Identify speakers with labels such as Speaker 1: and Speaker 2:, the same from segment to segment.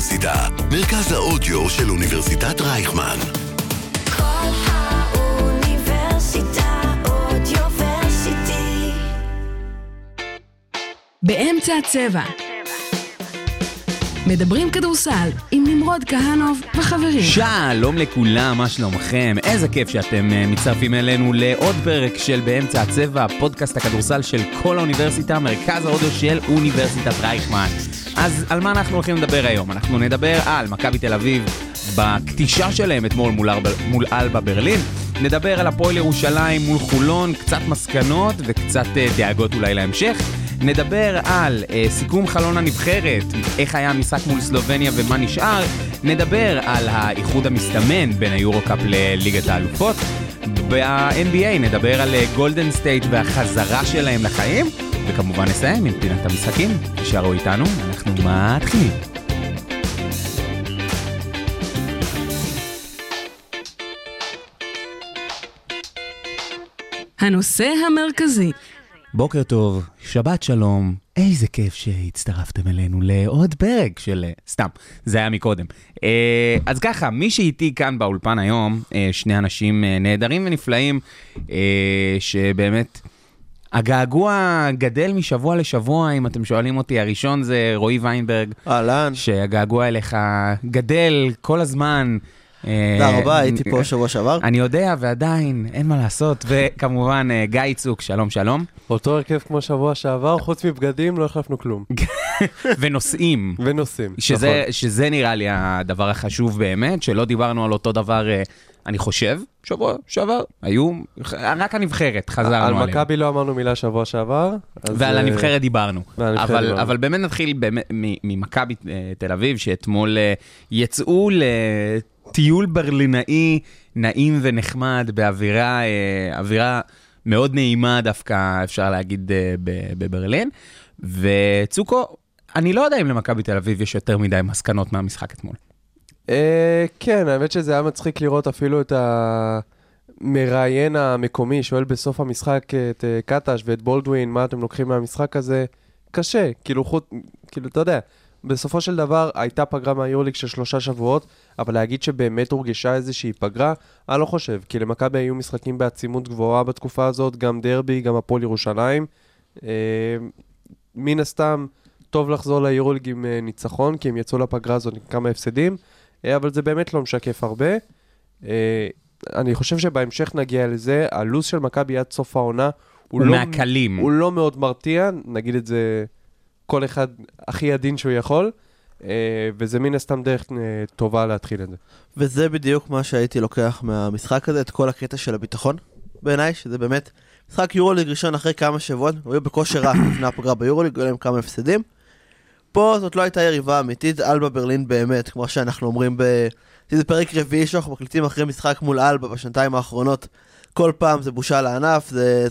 Speaker 1: האוניברסיטה, מרכז האודיו של אוניברסיטת רייכמן.
Speaker 2: כל האוניברסיטה אודיוורסיטי.
Speaker 3: באמצע הצבע. מדברים כדורסל עם נמרוד כהנוב וחברים.
Speaker 4: שלום לכולם, מה שלומכם? איזה כיף שאתם מצטרפים אלינו לעוד פרק של באמצע הצבע, פודקאסט הכדורסל של כל האוניברסיטה, מרכז האודיו של אוניברסיטת רייכמן. אז על מה אנחנו הולכים לדבר היום? אנחנו נדבר על מכבי תל אביב בקטישה שלהם אתמול מול אלבה ברלין. נדבר על הפועל ירושלים מול חולון, קצת מסקנות וקצת דאגות אולי להמשך. נדבר על סיכום חלון הנבחרת, איך היה המשחק מול סלובניה ומה נשאר. נדבר על האיחוד המסתמן בין היורו-קאפ לליגת האלופות. ב-NBA נדבר על גולדן סטייט והחזרה שלהם לחיים. וכמובן נסיים עם פינת המשחקים. תשארו איתנו, אנחנו מתחילים.
Speaker 3: הנושא המרכזי.
Speaker 4: בוקר טוב, שבת שלום, איזה כיף שהצטרפתם אלינו לעוד פרק של... סתם, זה היה מקודם. אז ככה, מי שאיתי כאן באולפן היום, שני אנשים נהדרים ונפלאים, שבאמת הגעגוע גדל משבוע לשבוע, אם אתם שואלים אותי. הראשון זה רועי ויינברג.
Speaker 5: אהלן.
Speaker 4: שהגעגוע אליך גדל כל הזמן.
Speaker 5: תודה רבה, הייתי פה שבוע שעבר.
Speaker 4: אני יודע, ועדיין, אין מה לעשות. וכמובן, גיא צוק, שלום שלום.
Speaker 6: אותו הרכב כמו שבוע שעבר, חוץ מבגדים לא החלפנו כלום.
Speaker 4: ונוסעים.
Speaker 6: ונוסעים.
Speaker 4: שזה נראה לי הדבר החשוב באמת, שלא דיברנו על אותו דבר, אני חושב, שבוע שעבר. היו, רק הנבחרת, חזרנו עליהם.
Speaker 6: על מכבי לא אמרנו מילה שבוע שעבר.
Speaker 4: ועל הנבחרת דיברנו. אבל באמת נתחיל ממכבי תל אביב, שאתמול יצאו טיול ברלינאי נעים ונחמד, באווירה מאוד נעימה דווקא, אפשר להגיד, בברלין. וצוקו, אני לא יודע אם למכבי תל אביב יש יותר מדי מסקנות מהמשחק אתמול.
Speaker 6: כן, האמת שזה היה מצחיק לראות אפילו את המראיין המקומי, שואל בסוף המשחק את קטש ואת בולדווין, מה אתם לוקחים מהמשחק הזה? קשה, כאילו אתה יודע, בסופו של דבר הייתה פגרה מהיורליג של 3 שבועות, אבל להגיד שבאמת הורגשה איזושהי פגרה, אני לא חושב, כי למכבי היו משחקים בעצימות גבוהה בתקופה הזאת, גם דרבי, גם הפועל ירושלים. מן הסתם, טוב לחזור ליורליג עם ניצחון, כי הם יצאו לפגרה הזאת עם כמה הפסדים, אבל זה באמת לא משקף הרבה. אני חושב שבהמשך נגיע לזה, הלו"ז של מכבי עד סוף העונה, הוא
Speaker 4: מהקלים.
Speaker 6: הוא לא מאוד מרתיע, נגיד את זה כל אחד הכי עדין שהוא יכול, וזה מן הסתם דרך טובה להתחיל את זה.
Speaker 5: וזה בדיוק מה שהייתי לוקח מהמשחק הזה, את כל הקטע של הביטחון, בעיניי, שזה באמת משחק יורוליג ראשון אחרי כמה שבועות, הוא היה בכושר רע לפני הפגרה ביורוליג, היו להם כמה הפסדים. פה זאת לא הייתה יריבה אמיתית, אלבה ברלין באמת, כמו שאנחנו אומרים זה פרק רביעי שאנחנו מקליטים אחרי משחק מול אלבה בשנתיים האחרונות, כל פעם זה בושה לענף, זה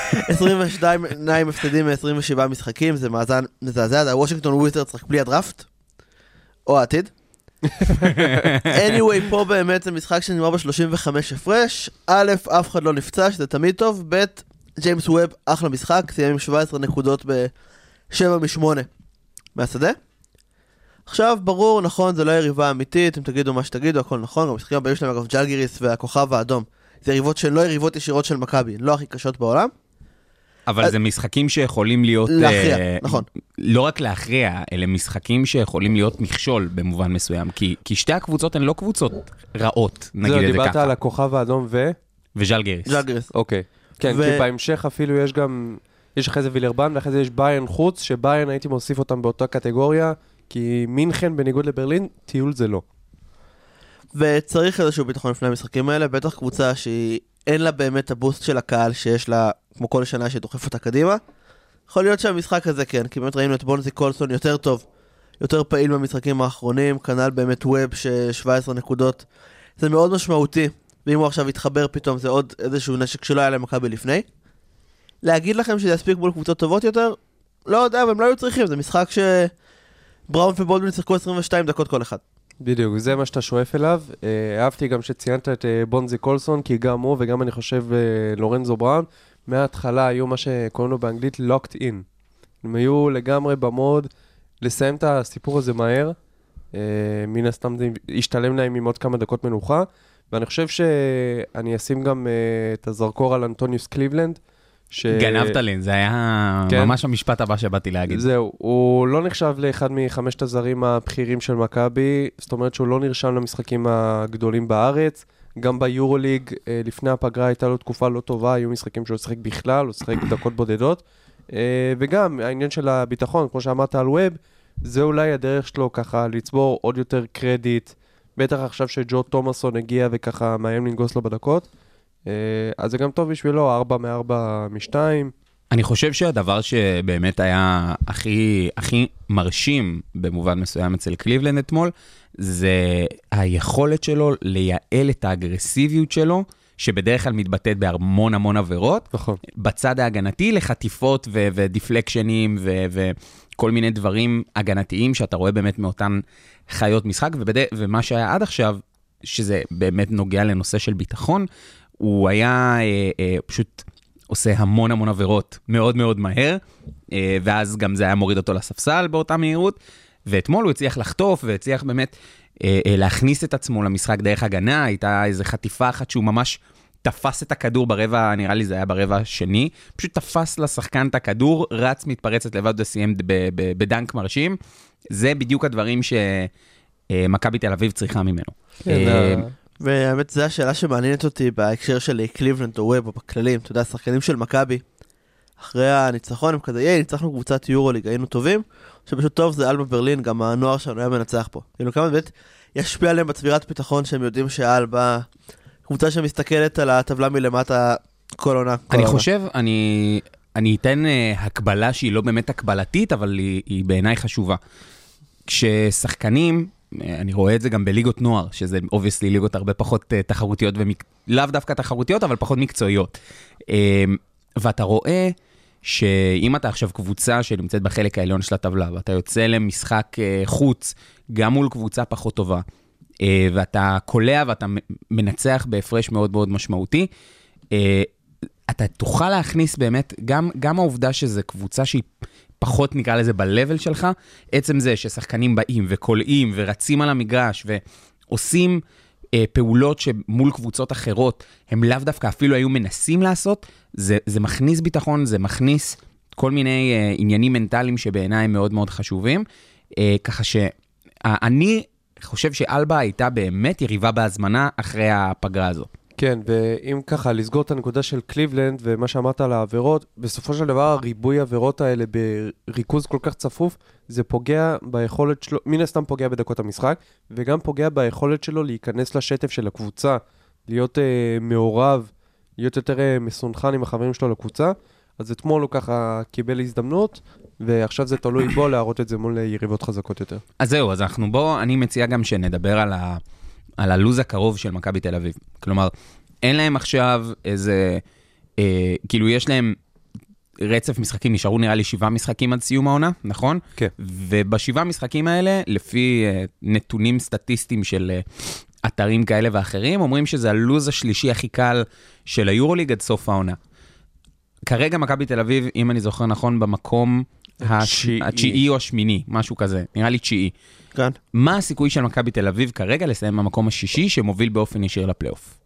Speaker 5: 22 הפסדים מ-27 משחקים, זה מאזן מזעזע, הוושינגטון וויזרדס רק בלי הדראפט, או העתיד. anyway, פה באמת זה משחק שנגמר ב-35 הפרש, א', אף אחד לא נפצע, שזה תמיד טוב, ב', ג'יימס ווב, אחלה משחק, סיים עם 17 נקודות ב-7 מ-8 מהשדה. עכשיו, ברור, נכון, זה לא יריבה אמיתית, אם תגידו מה שתגידו, הכל נכון, גם משחקים הבאים שלהם, אגב, ג'לגיריס והכוכב האדום, זה יריבות שהן לא יריבות ישירות של מכבי, לא הכי קשות בעולם.
Speaker 4: אבל זה משחקים שיכולים להיות...
Speaker 5: להכריע, נכון.
Speaker 4: לא רק להכריע, אלה משחקים שיכולים להיות מכשול במובן מסוים, כי שתי הקבוצות הן לא קבוצות רעות, נגיד את זה ככה.
Speaker 6: דיברת על הכוכב האדום
Speaker 4: וז'לגיריס.
Speaker 5: ז'לגיריס.
Speaker 6: אוקיי. כן, כי בהמשך אפילו יש גם... יש אחרי זה וילרבן, ואחרי זה יש ביירן חוץ, שביירן הייתי מוסיף אותם באותה קטגוריה, כי מינכן בניגוד לברלין, טיול זה לא.
Speaker 5: וצריך איזשהו ביטחון לפני המשחקים האלה, בטח קבוצה שהיא אין לה באמת הבוסט של הקהל שיש לה, כמו כל שנה שדוחף אותה קדימה. יכול להיות שהמשחק הזה כן, כי באמת ראינו את בונזי קולסון יותר טוב, יותר פעיל במשחקים האחרונים, כנ"ל באמת ווב ש17 נקודות. זה מאוד משמעותי, ואם הוא עכשיו יתחבר פתאום, זה עוד איזשהו נשק שלא היה להם מכבי לפני. להגיד לכם שזה יספיק מול קבוצות טובות יותר? לא יודע, אבל הם לא היו צריכים, זה משחק שבראון ובולדווין שיחקו 22 דקות כל אחד.
Speaker 6: בדיוק, זה מה שאתה שואף אליו. אהבתי גם שציינת את בונזי קולסון, כי גם הוא וגם אני חושב לורנזו בראון, מההתחלה היו מה שקוראים לו באנגלית locked in. הם היו לגמרי במוד לסיים את הסיפור הזה מהר, מן הסתם זה ישתלם להם עם עוד כמה דקות מנוחה, ואני חושב שאני אשים גם את הזרקור על אנטוניוס קליבלנד,
Speaker 4: גנבת לי, זה היה ממש המשפט הבא שבאתי להגיד.
Speaker 6: זהו, הוא לא נחשב לאחד מחמשת הזרים הבכירים של מכבי, זאת אומרת שהוא לא נרשם למשחקים הגדולים בארץ, גם ביורוליג, לפני הפגרה הייתה לו תקופה לא טובה, היו משחקים שהוא שחק בכלל, הוא שחק דקות בודדות, וגם העניין של הביטחון, כמו שאמרת על ווב, זה אולי הדרך שלו ככה לצבור עוד יותר קרדיט, בטח עכשיו שג'ו תומאסון הגיע וככה מאיים לנגוס לו בדקות, אז זה גם טוב בשבילו, 4 מ-4 מ-2.
Speaker 4: אני חושב שהדבר שבאמת היה הכי מרשים במובן מסוים אצל קליבלנד אתמול, זה היכולת שלו לייעל את האגרסיביות שלו, שבדרך כלל מתבטאת בהמון המון עבירות,
Speaker 6: נכון.
Speaker 4: בצד ההגנתי לחטיפות ודיפלקשנים וכל מיני דברים הגנתיים שאתה רואה באמת מאותן חיות משחק, ומה שהיה עד עכשיו, שזה באמת נוגע לנושא של ביטחון, הוא היה פשוט עושה המון המון עבירות מאוד מאוד מהר, ואז גם זה היה מוריד אותו לספסל באותה מהירות, ואתמול הוא הצליח לחטוף, והצליח באמת להכניס את עצמו למשחק דרך הגנה, הייתה איזו חטיפה אחת שהוא ממש תפס את הכדור ברבע, נראה לי זה היה ברבע השני, פשוט תפס לשחקן את הכדור, רץ מתפרצת לבד וסיים בדנק מרשים, זה בדיוק הדברים שמכבי תל אביב צריכה ממנו.
Speaker 5: והאמת, זו השאלה שמעניינת אותי בהקשר של קליבלנד או ווב או בכללים. אתה יודע, השחקנים של מכבי, אחרי הניצחון הם כזה, ניצחנו קבוצת יורוליג, היינו טובים, שפשוט טוב זה אלבה ברלין, גם הנוער שלנו היה מנצח פה. כאילו כמה באמת ישפיע עליהם בצבירת ביטחון שהם יודעים שאלבה, קבוצה שמסתכלת על הטבלה מלמטה כל עונה.
Speaker 4: אני חושב, אני אתן הקבלה שהיא לא באמת הקבלתית, אבל היא בעיניי חשובה. כששחקנים, אני רואה את זה גם בליגות נוער, שזה obviously ליגות הרבה פחות תחרותיות, לאו דווקא תחרותיות, אבל פחות מקצועיות. ואתה רואה שאם אתה עכשיו קבוצה שנמצאת בחלק העליון של הטבלה, ואתה יוצא למשחק חוץ, גם מול קבוצה פחות טובה, ואתה קולע ואתה מנצח בהפרש מאוד מאוד משמעותי, אתה תוכל להכניס באמת, גם העובדה שזו קבוצה שהיא פחות נקרא לזה בלבל שלך, עצם זה ששחקנים באים וקולעים ורצים על המגרש ועושים פעולות שמול קבוצות אחרות, הם לאו דווקא אפילו היו מנסים לעשות, זה מכניס ביטחון, זה מכניס כל מיני עניינים מנטליים שבעיניי הם מאוד מאוד חשובים, ככה שאני חושב שאלבה הייתה באמת יריבה בהזמנה אחרי הפגרה הזו.
Speaker 6: כן, ואם ככה, לסגור את הנקודה של קליבלנד ומה שאמרת על העבירות, בסופו של דבר, הריבוי העבירות האלה בריכוז כל כך צפוף, זה פוגע ביכולת שלו, מן הסתם פוגע בדקות המשחק, וגם פוגע ביכולת שלו להיכנס לשטף של הקבוצה, להיות מעורב, להיות יותר מסונכן עם החברים שלו לקבוצה, אז אתמול הוא ככה קיבל הזדמנות, ועכשיו זה תלוי בו להראות את זה מול יריבות חזקות יותר.
Speaker 4: אז זהו, אז אני מציע גם שנדבר על הלוז הקרוב של מכבי תל אביב. כלומר, אין להם עכשיו איזה, כאילו יש להם רצף משחקים, נשארו נראה לי 7 משחקים עד סיום העונה, נכון?
Speaker 6: כן.
Speaker 4: וב7 משחקים האלה, לפי נתונים סטטיסטיים של אתרים כאלה ואחרים, אומרים שזה הלוז השלישי הכי קל של היורוליג עד סוף העונה. כרגע מכבי תל אביב, אם אני זוכר נכון, במקום התשיעי או השמיני, משהו כזה, נראה לי תשיעי.
Speaker 5: כן.
Speaker 4: מה הסיכוי של מכבי תל אביב כרגע לסיים במקום השישי שמוביל באופן ישיר לפלייאוף?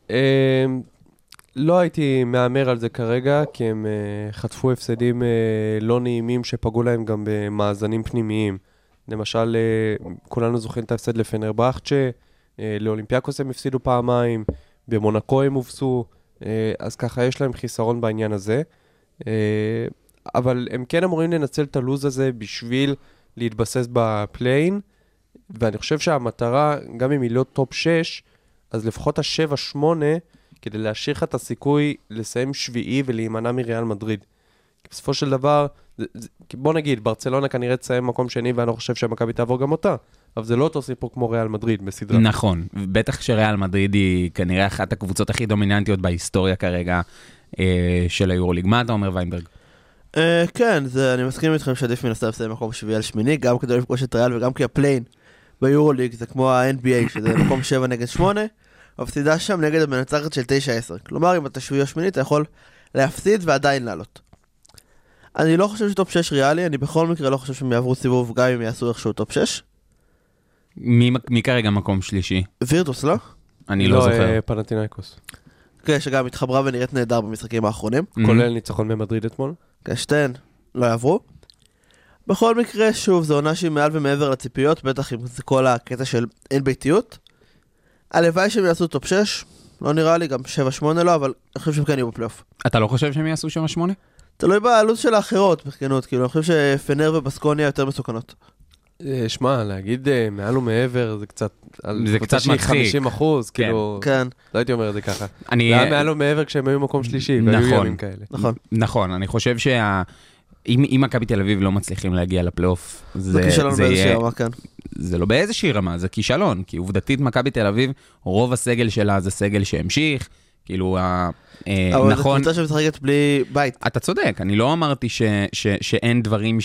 Speaker 6: לא הייתי מאמר על זה כרגע, כי הם חטפו הפסדים לא נעימים שפגעו להם גם במאזנים פנימיים. למשל, כולנו זוכרים את ההפסד לפנרבחצ'ה, לאולימפיאקוס הם הפסידו פעמיים, במונקו הם הופסו, אז ככה יש להם חיסרון בעניין הזה. אבל הם כן אמורים לנצל את הלוז הזה בשביל להתבסס בפליין, ואני חושב שהמטרה, גם אם היא לא טופ 6, אז לפחות ה-7-8, כדי להשאיר לך את הסיכוי לסיים שביעי ולהימנע מריאל מדריד. כי בסופו של דבר, בוא נגיד, ברצלונה כנראה תסיים מקום שני, ואני לא חושב שהמכבי תעבור גם אותה, אבל זה לא אותו סיפור כמו ריאל מדריד בסדרה.
Speaker 4: נכון, בטח שריאל מדריד היא כנראה אחת הקבוצות הכי דומיננטיות בהיסטוריה כרגע של היורוליג. מה אתה אומר, ויינברג?
Speaker 5: כן, אני מסכים איתכם שעדיף מן הסתם לסיים מקום שביעי על שמיני, גם כדי לפגוש את ריאל וגם כי הפליין ביורוליג זה כמו ה-NBA, שזה מקום 7 נגד 8, הפסידה שם נגד המנצחת של 9-10. כלומר, אם אתה שביעי או שמיני, אתה יכול להפסיד ועדיין לעלות. אני לא חושב שטופ 6 ריאלי, אני בכל מקרה לא חושב שהם יעברו סיבוב גם אם יעשו איכשהו טופ 6.
Speaker 4: מי כרגע מקום שלישי?
Speaker 5: וירטוס, לא?
Speaker 4: אני לא זוכר.
Speaker 6: פנתינאיקוס.
Speaker 5: כן, שגם התחברה ונראית נהדר במשחקים האחרונים.
Speaker 6: כולל ניצחון במדריד אתמול.
Speaker 5: כן, שתיהן לא יעברו. בכל מקרה, שוב, זו עונה שהיא מעל ומעבר לציפיות, בטח עם זה כל הקטע של אין ביתיות. הלוואי שהם יעשו טופ 6, לא נראה לי, גם 7-8 לא, אבל אני חושב שהם כן יהיו בפלייאוף.
Speaker 4: אתה לא חושב שהם יעשו שם 8?
Speaker 5: תלוי בעלות של האחרות, בכנות, כאילו, אני חושב שפנר ובסקוניה יותר מסוכנות.
Speaker 6: שמע, להגיד מעל ומעבר זה קצת...
Speaker 4: זה קצת מצחיק.
Speaker 6: 50%, כאילו...
Speaker 5: כן.
Speaker 6: לא הייתי אומר את זה ככה. זה
Speaker 4: אני...
Speaker 6: היה מעל ומעבר כשהם היו מקום שלישי, והיו ימים כאלה.
Speaker 5: נכון.
Speaker 4: נכון, אני חושב אם מכבי תל אביב לא מצליחים להגיע לפלייאוף,
Speaker 5: זה כישלון באיזושהי רמה, כן.
Speaker 4: זה לא באיזושהי רמה, זה כישלון, כי עובדתית מכבי תל אביב, רוב הסגל שלה זה סגל שהמשיך, כאילו,
Speaker 5: אבל
Speaker 4: נכון.
Speaker 5: זו קבוצה שמשחקת בלי בית.
Speaker 4: אתה צודק, אני לא אמרתי שאין דברים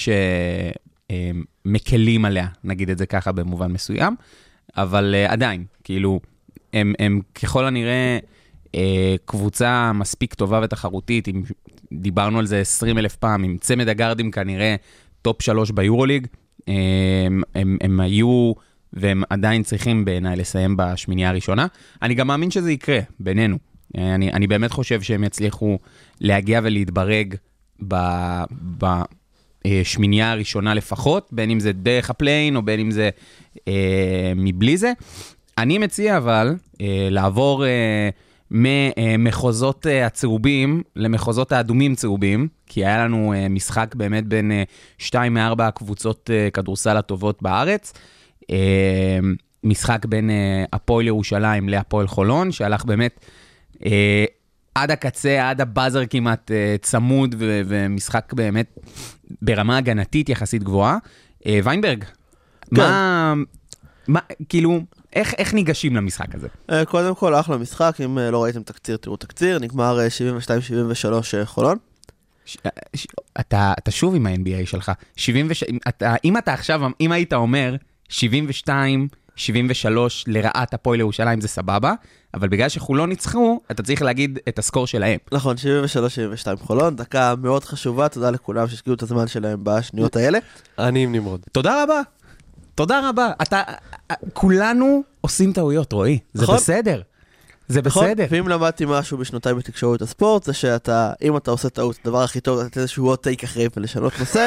Speaker 4: שמקלים עליה, נגיד את זה ככה במובן מסוים, אבל עדיין, כאילו, הם ככל הנראה קבוצה מספיק טובה ותחרותית, דיברנו על זה 20,000 פעם, עם צמד הגארדים כנראה טופ 3 ביורוליג, הם היו והם עדיין צריכים בעיניי לסיים בשמינייה הראשונה. אני גם מאמין שזה יקרה בינינו. אני באמת חושב שהם יצליחו להגיע ולהתברג בשמינייה הראשונה לפחות, בין אם זה דרך הפליין או בין אם זה מבלי זה. אני מציע אבל לעבור ממחוזות הצהובים למחוזות האדומים צהובים, כי היה לנו משחק באמת בין 2 מ-4 הקבוצות כדורסל הטובות בארץ, משחק בין הפועל ירושלים להפועל חולון, שהלך באמת עד הקצה, עד הבאזר כמעט צמוד, ומשחק באמת ברמה הגנתית יחסית גבוהה. ויינברג, כאילו, איך ניגשים למשחק הזה?
Speaker 5: קודם כל, אחלה משחק, אם לא ראיתם תקציר, תראו תקציר, נגמר 72-73 חולון.
Speaker 4: אתה שוב עם ה-NBA שלך, אם אתה עכשיו, אם היית אומר 72-73 לרעת הפועל ירושלים זה סבבה, אבל בגלל שחולון ניצחו, אתה צריך להגיד את הסקור שלהם.
Speaker 5: נכון, 73-72 חולון, דקה מאוד חשובה, תודה לכולם שהשקיעו את הזמן שלהם בשניות האלה.
Speaker 6: אני עם נמרוד.
Speaker 4: תודה רבה. תודה רבה. כולנו עושים טעויות, רועי. זה בסדר. זה בסדר.
Speaker 5: ואם למדתי משהו בשנותיי בתקשורת הספורט, זה שאתה, אם אתה עושה טעות, הדבר הכי טוב, לתת איזשהו עוד טייק אחרי ולשנות נושא.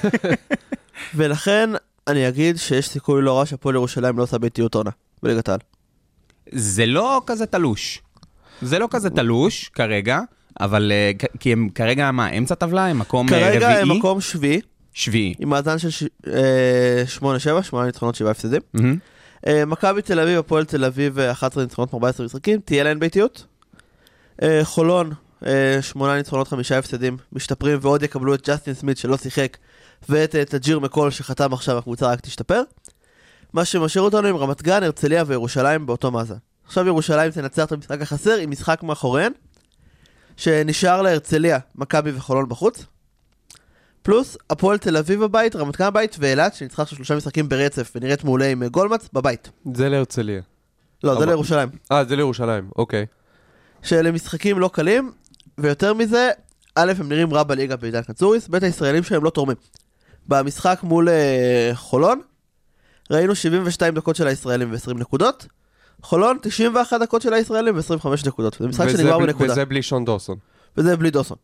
Speaker 5: ולכן אני אגיד שיש סיכוי לא רע שהפועל ירושלים לא עושה ביתיות עונה בליגת העל.
Speaker 4: זה לא כזה תלוש. זה לא כזה תלוש כרגע, אבל כי הם כרגע מה, אמצע טבלה? הם מקום רביעי?
Speaker 5: כרגע הם מקום שביעי. עם מאזן של 8-7, 8 ניצחונות 7 הפסדים. מכבי תל אביב, הפועל תל אביב, 11 ניצחונות 14 משחקים, תהיה להן ביתיות. חולון, 8 ניצחונות 5 הפסדים, משתפרים ועוד יקבלו את ג'סטין סמית שלא שיחק, ואת תג'יר מקול שחתם עכשיו, הקבוצה רק תשתפר. מה שמשאיר אותנו עם רמת גן, הרצליה וירושלים באותו מאזן. עכשיו ירושלים תנצח את המשחק החסר עם משחק מאחוריהן, שנשאר להרצליה, מכבי וחולון בחוץ. פלוס, הפועל תל אביב בבית, רמת גן בבית ואילת, שניצחה עכשיו 3 משחקים ברצף ונראית מעולה עם גולמץ בבית.
Speaker 6: זה להרצליה.
Speaker 5: לא, זה לירושלים.
Speaker 6: זה לירושלים, אוקיי.
Speaker 5: שאלה משחקים לא קלים, ויותר מזה, א', הם נראים רע בליגה בעידן קצוריס, בית הישראלים שהם לא תורמים. במשחק מול חולון, ראינו 72 דקות של הישראלים ו-20 נקודות, חולון 91 דקות של הישראלים ו-25 נקודות. זה משחק שנגמר בנקודה.
Speaker 6: וזה בלי שון דורסון.
Speaker 5: וזה בלי דורסון.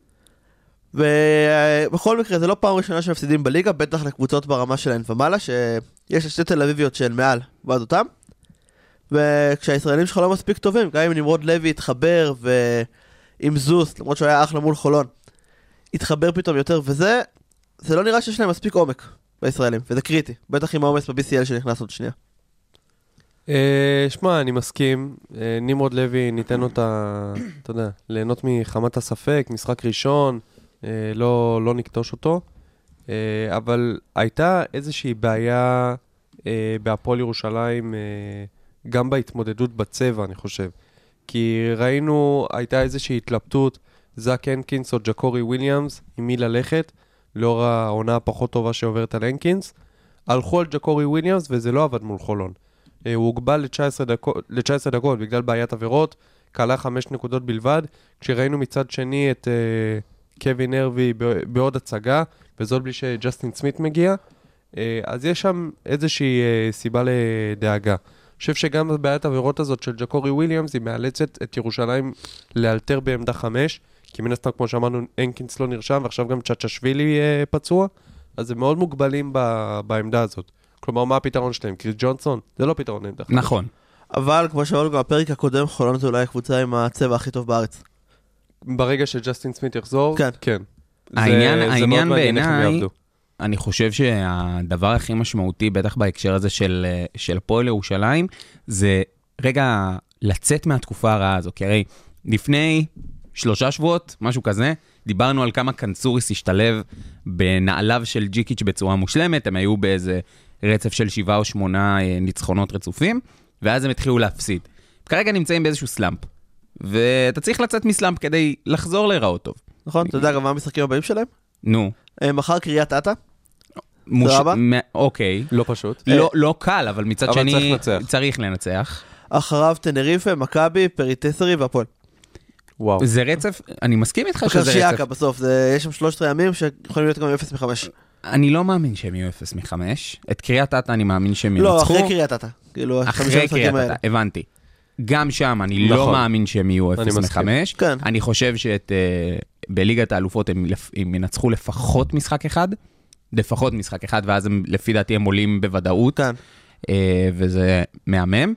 Speaker 5: ובכל מקרה, זה לא פעם ראשונה שמפסידים בליגה, בטח לקבוצות ברמה שלהן ומעלה, שיש שתי תל אביביות שהן מעל ועד אותם, וכשהישראלים שלך לא מספיק טובים, גם אם נמרוד לוי התחבר, ועם זוס, למרות שהוא היה אחלה מול חולון, התחבר פתאום יותר, וזה לא נראה שיש להם מספיק עומק בישראלים, וזה קריטי, בטח עם העומס ב-BCL שנכנס עוד שנייה.
Speaker 6: שמע, אני מסכים, נמרוד לוי ניתן אותה, אתה יודע, ליהנות מחמת הספק, משחק ראשון, לא נקטוש אותו, אבל הייתה איזושהי בעיה בהפועל ירושלים, גם בהתמודדות בצבע, אני חושב. כי ראינו, הייתה איזושהי התלבטות, זאק הנקינס או ג'קורי וויליאמס, עם מי ללכת, לאור העונה הפחות טובה שעוברת על הנקינס. הלכו על ג'קורי וויליאמס, וזה לא עבד מול חולון. הוא הוגבל ל-19 דקות בגלל בעיית עבירות, קלה 5 נקודות בלבד, כשראינו מצד שני את קווין הרבי בעוד הצגה, וזאת בלי שג'סטין סמית מגיע. אז יש שם איזושהי סיבה לדאגה. אני חושב שגם בבעיית העבירות הזאת של ג'קורי וויליאמס, היא מאלצת את ירושלים לאלתר בעמדה 5, כי מן הסתם, כמו שאמרנו, הנקינס לא נרשם, ועכשיו גם צ'צ'שווילי פצוע, אז הם מאוד מוגבלים בעמדה הזאת. כלומר, מה הפתרון שלהם? קריס ג'ונסון? זה לא פתרון עמדה.
Speaker 4: נכון.
Speaker 5: אבל כמו שאמרנו גם בפרק הקודם, חולון זה אולי הקבוצה עם הצבע הכי טוב בארץ.
Speaker 6: ברגע שג'סטין סמית יחזור,
Speaker 5: כן.
Speaker 6: כן.
Speaker 4: העניין בעיניי, אני חושב שהדבר הכי משמעותי, בטח בהקשר הזה של הפועל ירושלים, זה רגע לצאת מהתקופה הרעה הזו. כי הרי לפני 3 שבועות, משהו כזה, דיברנו על כמה קנצוריס השתלב בנעליו של ג'יקיץ' בצורה מושלמת, הם היו באיזה רצף של 7 או 8 ניצחונות רצופים, ואז הם התחילו להפסיד. כרגע נמצאים באיזשהו סלאמפ, ואתה צריך לצאת מסלאמפ כדי לחזור להיראות טוב.
Speaker 5: נכון? אתה יודע גם מה המשחקים הבאים שלהם?
Speaker 4: נו.
Speaker 5: מחר קריית אתא.
Speaker 4: אוקיי.
Speaker 6: לא פשוט.
Speaker 4: לא קל, אבל מצד שני צריך לנצח.
Speaker 5: אחריו תנריפה, מכבי, פריטסרי והפועל.
Speaker 6: וואו.
Speaker 4: זה רצף, אני מסכים איתך שזה רצף.
Speaker 5: קרשיאקה בסוף, יש שם 3 ימים שיכולים להיות גם 0-5.
Speaker 4: אני לא מאמין שהם יהיו 0-5. את קריית אתא אני מאמין שהם ינצחו.
Speaker 5: לא, אחרי קריית אתא.
Speaker 4: אחרי קריית אתא, הבנתי. גם שם אני לא מאמין שהם יהיו 0-5. אני חושב שבליגת האלופות הם ינצחו לפחות משחק אחד. לפחות משחק אחד, ואז הם, לפי דעתי הם עולים בוודאות. וזה מהמם.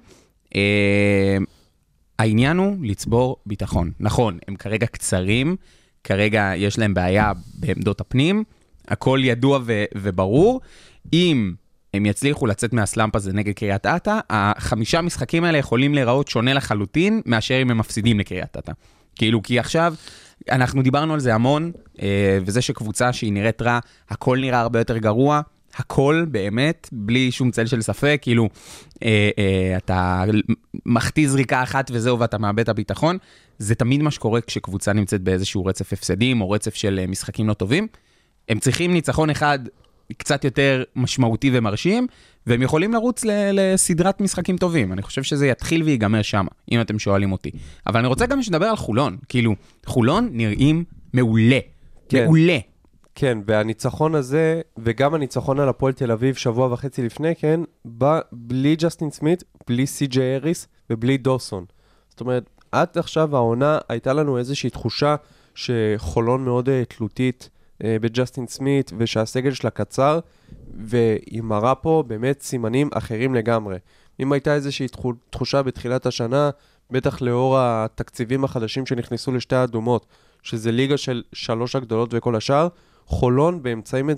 Speaker 4: העניין הוא לצבור ביטחון. נכון, הם כרגע קצרים, כרגע יש להם בעיה בעמדות הפנים, הכל ידוע וברור. אם הם יצליחו לצאת מהסלאמפ הזה נגד קריית אתא, 5 משחקים האלה יכולים להיראות שונה לחלוטין, מאשר אם הם מפסידים לקריית אתא. כאילו, כי עכשיו, אנחנו דיברנו על זה המון, וזה שקבוצה שהיא נראית רע, הכל נראה הרבה יותר גרוע, הכל באמת, בלי שום צל של ספק, כאילו, אתה מחטיא זריקה אחת וזהו, ואתה מאבד את הביטחון. זה תמיד מה שקורה כשקבוצה נמצאת באיזשהו רצף הפסדים, או רצף של משחקים לא טובים. הם צריכים ניצחון אחד קצת יותר משמעותי ומרשים, והם יכולים לרוץ לסדרת משחקים טובים. אני חושב שזה יתחיל ויגמר שם, אם אתם שואלים אותי. אבל אני רוצה גם שדבר על חולון. כאילו, חולון נראים מעולה.
Speaker 6: כן.
Speaker 4: מעולה.
Speaker 6: כן, והניצחון הזה, וגם הניצחון על הפועל תל אביב, 1.5 שבוע לפני כן, בא בלי ג'סטין סמית, בלי סי.ג'יי אריס, ובלי דוסון. זאת אומרת, עד עכשיו העונה הייתה לנו איזושהי תחושה שחולון מאוד תלותית בג'סטין סמית, ושהסגל שלה קצר, והיא מראה פה באמת סימנים אחרים לגמרי. אם הייתה איזושהי תחושה בתחילת השנה, בטח לאור התקציבים החדשים שנכנסו לשתי האדומות, שזה ליגה של 3 הגדולות וכל השאר, חולון באמצעים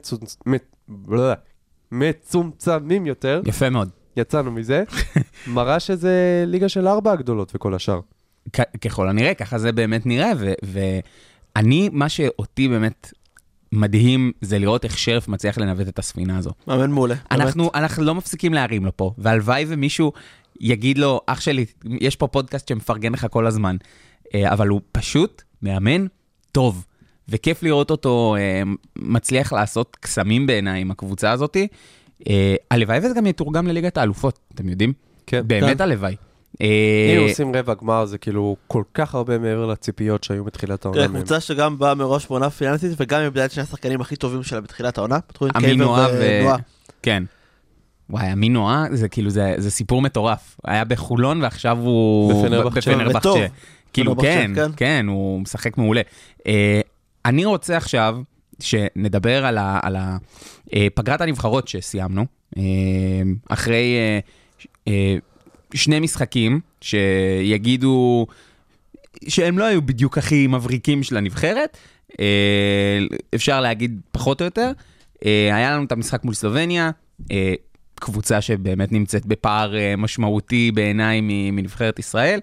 Speaker 6: מצומצמים יותר.
Speaker 4: יפה מאוד.
Speaker 6: יצאנו מזה. מראה שזה ליגה של 4 הגדולות וכל השאר.
Speaker 4: ככל הנראה, ככה זה באמת נראה, ואני, מה שאותי באמת מדהים, זה לראות איך שרף מצליח לנווט את הספינה הזו.
Speaker 5: מאמן מעולה.
Speaker 4: אנחנו לא מפסיקים להרים לו פה, והלוואי ומישהו יגיד לו, אח שלי, יש פה פודקאסט שמפרגן לך כל הזמן, אבל הוא פשוט מאמן טוב, וכיף לראות אותו מצליח לעשות קסמים בעיניי עם הקבוצה הזאת. הלוואי וזה גם יתורגם לליגת האלופות, אתם יודעים?
Speaker 6: כן.
Speaker 4: באמת הלוואי.
Speaker 6: אם עושים רבע גמר, זה כאילו כל כך הרבה מעבר לציפיות שהיו בתחילת העונה.
Speaker 5: קבוצה שגם באה מראש בעונה פיננסית, וגם מבדלת 2 השחקנים הכי טובים שלה בתחילת העונה.
Speaker 4: אמינואה כן. וואי, אמינואה, זה כאילו, זה סיפור מטורף. היה בחולון, ועכשיו הוא בפנרבחצ'ה. כאילו, כן, הוא משחק מעולה. אני רוצה עכשיו שנדבר על פגרת הנבחרות שסיימנו, אחרי 2 משחקים שיגידו שהם לא היו בדיוק הכי מבריקים של הנבחרת, אפשר להגיד פחות או יותר. היה לנו את המשחק מול סלובניה, קבוצה שבאמת נמצאת בפער משמעותי בעיניי מנבחרת ישראל.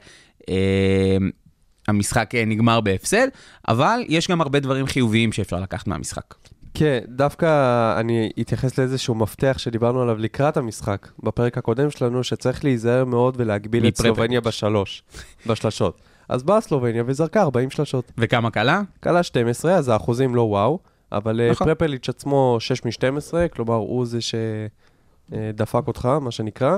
Speaker 4: המשחק נגמר בהפסד, אבל יש גם הרבה דברים חיוביים שאפשר לקחת מהמשחק.
Speaker 6: כן, דווקא אני אתייחס לאיזשהו מפתח שדיברנו עליו לקראת המשחק, בפרק הקודם שלנו, שצריך להיזהר מאוד ולהגביל את סלובניה בשלשות. אז באה סלובניה וזרקה 40 שלשות.
Speaker 4: וכמה קלה?
Speaker 6: קלה 12, אז האחוזים לא וואו, אבל פרפליץ' עצמו 6 מ-12, כלומר הוא זה שדפק אותך, מה שנקרא.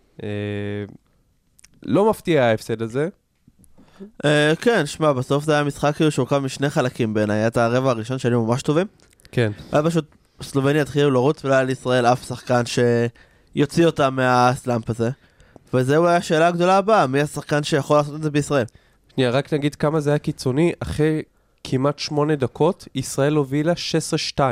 Speaker 6: לא מפתיע ההפסד הזה.
Speaker 5: כן, שמע, בסוף זה היה משחק שהורכב משני חלקים בעיניי. היה את הרבע הראשון שהיו ממש טובים.
Speaker 6: כן.
Speaker 5: היה פשוט שסלובניה התחילו לרוץ ולא היה לישראל אף שחקן שיוציא אותה מהסלאמפ הזה. וזהו היה השאלה הגדולה הבאה, מי השחקן שיכול לעשות את זה בישראל?
Speaker 6: שנייה, רק נגיד כמה זה היה קיצוני, אחרי כמעט 8 דקות, ישראל הובילה 16-2.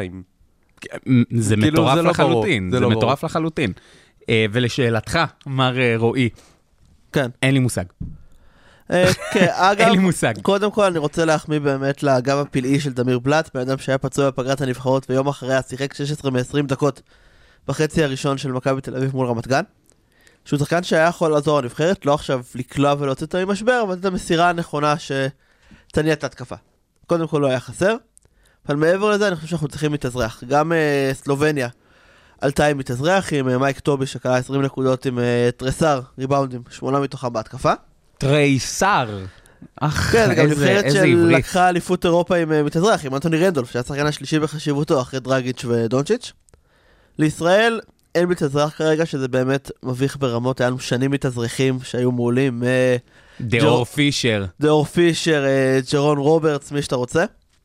Speaker 4: זה
Speaker 6: כאילו,
Speaker 4: מטורף
Speaker 6: זה לא
Speaker 4: לחלוטין,
Speaker 6: ברור.
Speaker 4: זה מטורף לחלוטין. ולשאלתך, מר רועי,
Speaker 5: כן.
Speaker 4: אין לי מושג.
Speaker 5: כן, אגב,
Speaker 4: אין לי מושג.
Speaker 5: קודם כל אני רוצה להחמיא באמת לגב הפלאי של תמיר בלאט, בן אדם שהיה פצוע בפגרת הנבחרות ויום אחריה שיחק 16 מ-20 דקות בחצי הראשון של מכבי תל אביב מול רמת גן. שהוא שחקן שהיה יכול לעזור לנבחרת, לא עכשיו לקלוע ולהוציא אותה ממשבר, אבל זאת המסירה הנכונה שתניע את ההתקפה. קודם כל לא היה חסר, אבל מעבר לזה אני חושב שאנחנו צריכים מתאזרח. גם סלובניה עלתה עם מתאזרח, עם מייק טובי שקלה 20 נקודות עם טרסר, ריבאונדים, 8 מתוכם בהתקפה.
Speaker 4: טרייסר.
Speaker 5: כן, גם נבחרת שלקחה אליפות אירופה עם מתאזרח, עם אנטוני רנדולף, שהיה שחקן השלישי בחשיבותו אחרי דרגיץ' ודונצ'יץ'. לישראל אין מתאזרח כרגע, שזה באמת מביך ברמות, היה לנו שנים מתאזרחים שהיו מעולים.
Speaker 4: דאור פישר.
Speaker 5: דאור פישר, ג'רון רוברטס, מי שאתה רוצה.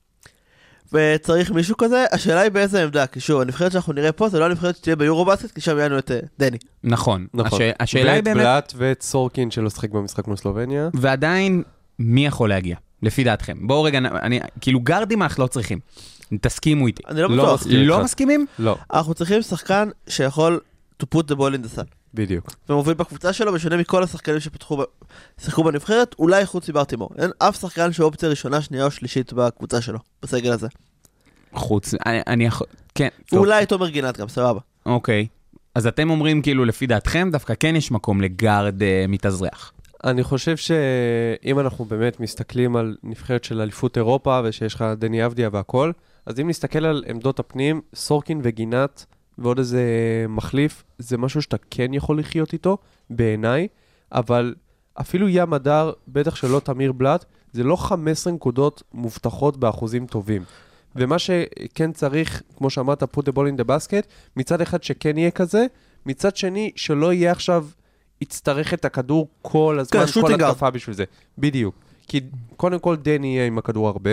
Speaker 5: וצריך מישהו כזה, השאלה היא באיזה עמדה, כי שוב, הנבחרת שאנחנו נראה פה, זה לא הנבחרת שתהיה ביורובסקט, כי שם יענו את דני.
Speaker 4: נכון.
Speaker 6: נכון.
Speaker 4: השאלה היא
Speaker 6: ואת
Speaker 4: באמת...
Speaker 6: בלאט ואת סורקין שלא שחק במשחק מול סלובניה.
Speaker 4: ועדיין, מי יכול להגיע? לפי דעתכם. בואו רגע, כאילו גרדים אנחנו לא צריכים. תסכימו איתי.
Speaker 5: אני לא בטוח.
Speaker 4: לא מסכימים?
Speaker 6: לא.
Speaker 5: אנחנו צריכים שחקן שיכול to put the ball in the sun.
Speaker 6: בדיוק.
Speaker 5: ומוביל בקבוצה שלו, בשונה מכל השחקנים ששיחקו בנבחרת, אולי חוץ מברטימור. אין אף שחקן שהוא אופציה ראשונה, שנייה או שלישית בקבוצה שלו, בסגל הזה.
Speaker 4: חוץ, אני יכול... כן.
Speaker 5: ואולי תומר גינת גם, סבבה.
Speaker 4: אוקיי. אז אתם אומרים כאילו לפי דעתכם, דווקא כן יש מקום לגארד מתאזרח.
Speaker 6: אני חושב שאם אנחנו באמת מסתכלים על נבחרת של אליפות אירופה, ושיש לך דני אבדיה והכל, אז אם נסתכל על עמדות הפנים, סורקין וגינת, ועוד איזה מחליף, זה משהו שאתה כן יכול לחיות איתו, בעיניי, אבל אפילו ים הדר, בטח שלא תמיר בלאט, זה לא 15 נקודות מובטחות באחוזים טובים. ומה שכן צריך, כמו שאמרת, put the ball in the basket, מצד אחד שכן יהיה כזה, מצד שני שלא יהיה עכשיו, יצטרך את הכדור כל הזמן, כל התקפה בשביל זה. בדיוק. כי קודם כל דני יהיה עם הכדור הרבה,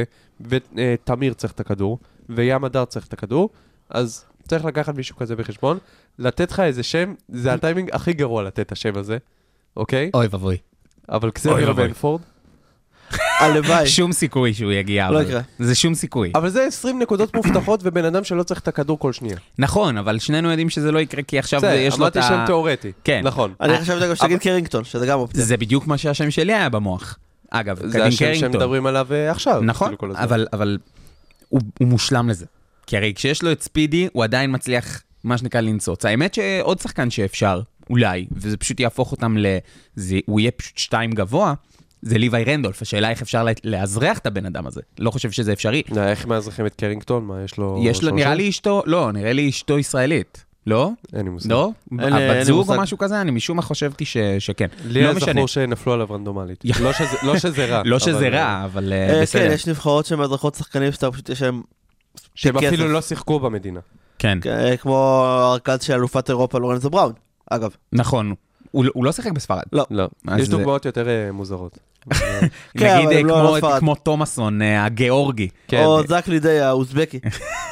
Speaker 6: ותמיר צריך את הכדור, וים הדר צריך את הכדור, אז צריך לקחת מישהו כזה בחשבון, לתת לך איזה שם, זה הטיימינג הכי גרוע לתת את השם הזה, אוקיי?
Speaker 4: אוי ובוי.
Speaker 6: אבל קסוויר בנפורד.
Speaker 5: הלוואי.
Speaker 4: שום סיכוי שהוא יגיע.
Speaker 5: לא יקרה.
Speaker 4: זה שום סיכוי.
Speaker 6: אבל זה 20 נקודות מובטחות, ובן אדם שלא צריך את הכדור כל שנייה.
Speaker 4: נכון, אבל שנינו יודעים שזה לא יקרה, כי עכשיו יש לו את
Speaker 6: אמרתי שם תיאורטי.
Speaker 4: כן.
Speaker 6: נכון.
Speaker 5: אני חשבתי גם שתגיד קרינגטון, שזה גם אופציה.
Speaker 4: זה בדיוק מה שהשם שלי היה במוח. אגב,
Speaker 6: זה השם שמדברים עליו עכשיו.
Speaker 4: נכון, אבל הוא מושלם לזה. כי הרי כשיש לו את ספידי, הוא עדיין מצליח, מה שנקרא, לנצוץ. האמת שעוד שחקן שאפשר, אולי, וזה פשוט יהפוך אותם הוא יהיה פשוט 2 גבוה, זה ליווי רנדולף. השאלה איך אפשר להזרח את הבן אדם הזה. לא חושב שזה אפשרי.
Speaker 6: איך מאזרחים את קרינגטון? מה, יש לו...
Speaker 4: נראה לי אשתו, לא, נראה לי אשתו ישראלית. לא?
Speaker 6: אין לי מושג.
Speaker 4: לא? הבת זוג או משהו כזה? אני משום מה חשבתי שכן.
Speaker 6: לי היה זכור שנפלו עליו רנדומלית. לא שזה רע.
Speaker 4: לא שזה רע, אבל בסדר.
Speaker 5: כן, יש נבחרות שמדרכות שחקנים שאתה פשוט יש להם...
Speaker 6: שהם אפילו לא שיחקו במדינה.
Speaker 4: כן.
Speaker 5: כמו ארכז של אלופת אירופה לורנזו בראון, אגב.
Speaker 4: נכון. הוא לא שיחק בספרד.
Speaker 6: לא. יש דוגמאות יותר מוזרות.
Speaker 4: נגיד כמו תומאסון, הגיאורגי.
Speaker 5: או זק לידי, האוזבקי.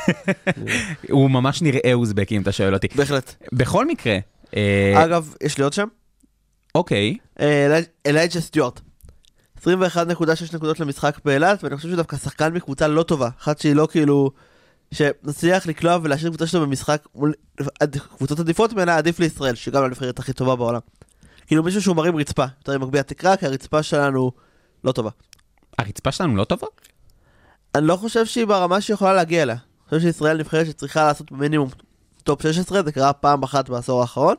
Speaker 4: הוא ממש נראה אוזבקי, אם אתה שואל אותי.
Speaker 5: בהחלט.
Speaker 4: בכל מקרה...
Speaker 5: אגב, יש לי עוד שם?
Speaker 4: אוקיי.
Speaker 5: אלייג'ה סטיוארט. 21.6 נקודות למשחק באילת, ואני חושב שדווקא שחקן מקבוצה לא טובה. אחת שהיא לא כאילו... שנצליח לקלוע ולהשאיר קבוצה שלו במשחק מול קבוצות עדיפות ממנה עדיף לישראל, שגם הנבחרת הכי טובה בעולם. כאילו מישהו שהוא מרים רצפה, יותר עם מגביה תקרה, כי הרצפה שלנו לא טובה.
Speaker 4: הרצפה שלנו לא טובה?
Speaker 5: אני לא חושב שהיא ברמה שיכולה להגיע אליה. אני חושב שישראל נבחרת שצריכה לעשות במינימום טופ 16, זה קרה פעם אחת בעשור האחרון.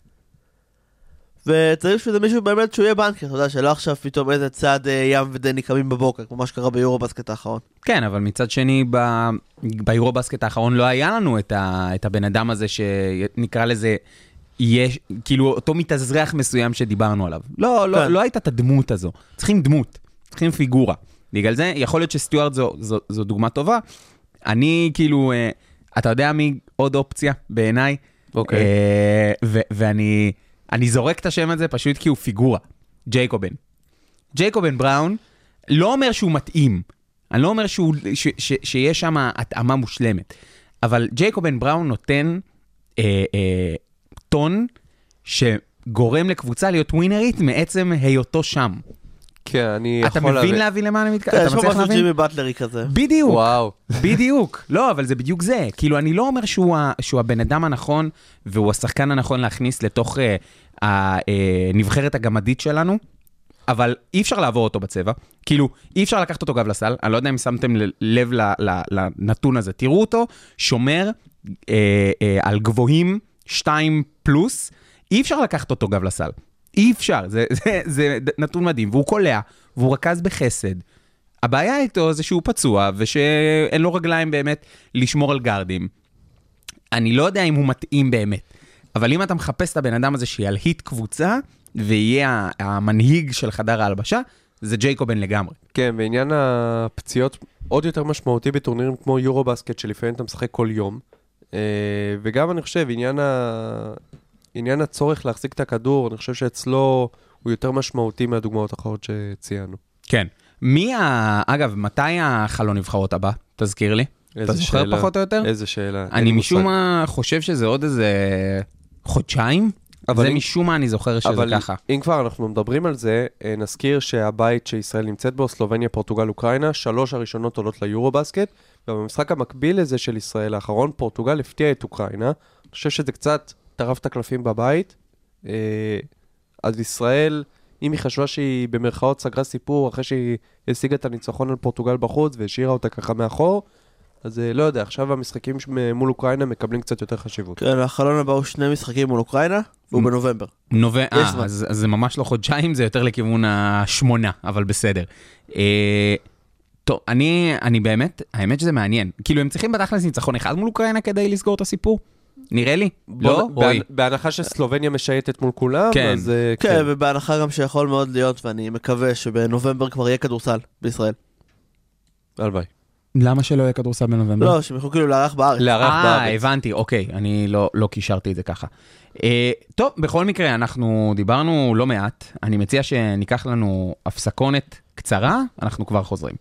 Speaker 5: וצריך שזה מישהו באמת שהוא יהיה בנקר, אתה יודע, שלא עכשיו פתאום איזה צד ים ודני קמים בבוקר, כמו מה שקרה ביורובסקט האחרון.
Speaker 4: כן, אבל מצד שני, ביורובסקט האחרון לא היה לנו את הבן אדם הזה שנקרא לזה, יש, כאילו אותו מתאזרח מסוים שדיברנו עליו. לא הייתה את הדמות הזו. צריכים דמות, צריכים פיגורה. בגלל זה, יכול להיות שסטיוארט זו דוגמה טובה. אני כאילו, אתה יודע מי עוד אופציה בעיניי?
Speaker 6: אוקיי.
Speaker 4: ואני זורק את השם הזה פשוט כי הוא פיגורה. ג'ייקובן בראון לא אומר שהוא מתאים. אני לא אומר שיש שם התאמה מושלמת. אבל ג'ייקובן בראון נותן טון שגורם לקבוצה להיות ווינרית מעצם היותו שם.
Speaker 6: כן, אני
Speaker 4: אתה
Speaker 6: יכול
Speaker 4: מבין להבין למה אני מתכוון?
Speaker 5: כן, יש פה משהו ג'ימי באטלרי כזה.
Speaker 4: בדיוק.
Speaker 6: וואו.
Speaker 4: בדיוק. לא, אבל זה בדיוק זה. כאילו, אני לא אומר שהוא הבן אדם הנכון, והוא השחקן הנכון להכניס לתוך הנבחרת הגמדית שלנו, אבל אי אפשר לעבור אותו בצבע. כאילו, אי אפשר לקחת אותו גב לסל. אני לא יודע אם שמתם לב לנתון הזה. תראו אותו, שומר על גבוהים 2 פלוס, אי אפשר לקחת אותו גב לסל. אי אפשר, זה נתון מדהים, והוא קולע, והוא רכז בחסד. הבעיה איתו זה שהוא פצוע, ושאין לו רגליים באמת לשמור על גרדים. אני לא יודע אם הוא מתאים באמת, אבל אם אתה מחפש את הבן אדם הזה שילהיט קבוצה, ויהיה המנהיג של חדר ההלבשה, זה ג'ייקובן לגמרי.
Speaker 6: כן, בעניין הפציעות עוד יותר משמעותי בטורנירים כמו יורו-בסקט, שלפעמים אתה משחק כל יום, וגם אני חושב, עניין הצורך להחזיק את הכדור, אני חושב שאצלו הוא יותר משמעותי מהדוגמאות האחרות שציינו.
Speaker 4: כן. אגב, מתי החלון נבחרות הבא? תזכיר לי. אתה זוכר פחות או יותר?
Speaker 6: איזה שאלה.
Speaker 4: אני משום מה חושב שזה עוד איזה חודשיים, זה משום מה אני זוכר שזה ככה.
Speaker 6: אבל אם כבר אנחנו מדברים על זה, נזכיר שהבית שישראל נמצאת בו, סלובניה, פורטוגל, אוקראינה, 3 הראשונות עולות ליורו-בסקט, ובמשחק המקביל לזה של ישראל האחרון, פורטוגל הפתיע את אוקראינה. אני חושב שזה קצת טרף את הקלפים בבית. אז ישראל, אם היא חשבה שהיא במרכאות סגרה סיפור, אחרי שהיא השיגה את הניצחון על פורטוגל בחוץ, והשאירה אותה ככה מאחור, אז לא יודע, עכשיו המשחקים מול אוקראינה מקבלים קצת יותר חשיבות.
Speaker 5: כן, החלון הבא הוא 2 משחקים מול אוקראינה, והוא בנובמבר.
Speaker 4: אז זה ממש לא חודשיים, זה יותר לכיוון 8, אבל בסדר. טוב, אני באמת, האמת שזה מעניין. כאילו, הם צריכים בתכלס ניצחון אחד מול אוקראינה כדי לסגור את הסיפור? נראה לי? לא?
Speaker 6: בהנחה שסלובניה משייטת מול כולם, אז
Speaker 5: כן, ובהנחה גם שיכול מאוד להיות, ואני מקווה שבנובמבר כבר יהיה כדורסל בישראל.
Speaker 6: הלוואי.
Speaker 4: למה שלא יהיה כדורסל בנובמבר?
Speaker 5: לא, שהם יכולים כאילו לארח בארץ.
Speaker 4: הבנתי, אוקיי, אני לא קישרתי את זה ככה. טוב, בכל מקרה, אנחנו דיברנו לא מעט, אני מציע שניקח לנו הפסקונת קצרה, אנחנו כבר חוזרים.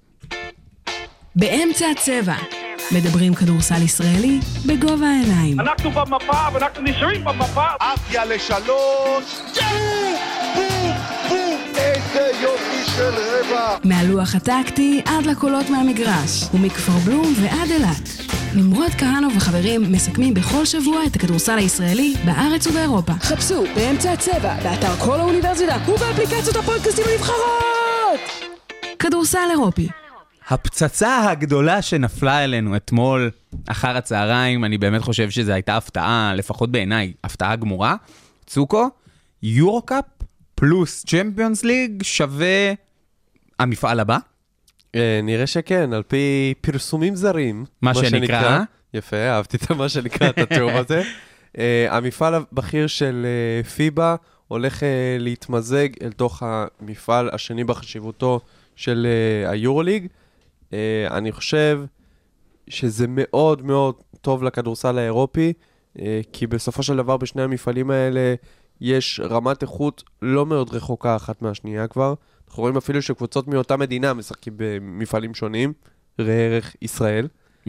Speaker 3: באמצע הצבע, מדברים כדורסל ישראלי בגובה העיניים.
Speaker 7: אנחנו במפה ואנחנו נשארים במפה.
Speaker 8: אפיה לשלוש, בום, בום, איזה יופי של רבע.
Speaker 3: מהלוח הטקטי עד לקולות מהמגרש, ומכפר בלום ועד אילת. נמרוד כהנוב וחברים מסכמים בכל שבוע את הכדורסל הישראלי בארץ ובאירופה. חפשו באמצע הצבע, באתר כל האוניברסיטה ובאפליקציות הפודקאסטים הנבחרות. כדורסל אירופי.
Speaker 4: הפצצה הגדולה שנפלה אלינו אתמול אחר הצהריים, אני באמת חושב שזו הייתה הפתעה, לפחות בעיניי, הפתעה גמורה. צוקו, יורו-קאפ פלוס צ'מפיונס ליג שווה המפעל הבא?
Speaker 6: נראה שכן, על פי פרסומים זרים.
Speaker 4: מה שנקרא?
Speaker 6: יפה, אהבתי את מה שנקרא, את התיאום הזה. המפעל הבכיר של פיבה הולך להתמזג אל תוך המפעל השני בחשיבותו של היורוליג. אני חושב שזה מאוד מאוד טוב לכדורסל האירופי, כי בסופו של דבר בשני המפעלים האלה יש רמת איכות לא מאוד רחוקה אחת מהשנייה כבר. אנחנו רואים אפילו שקבוצות מאותה מדינה משחקים במפעלים שונים, ראה ערך ישראל.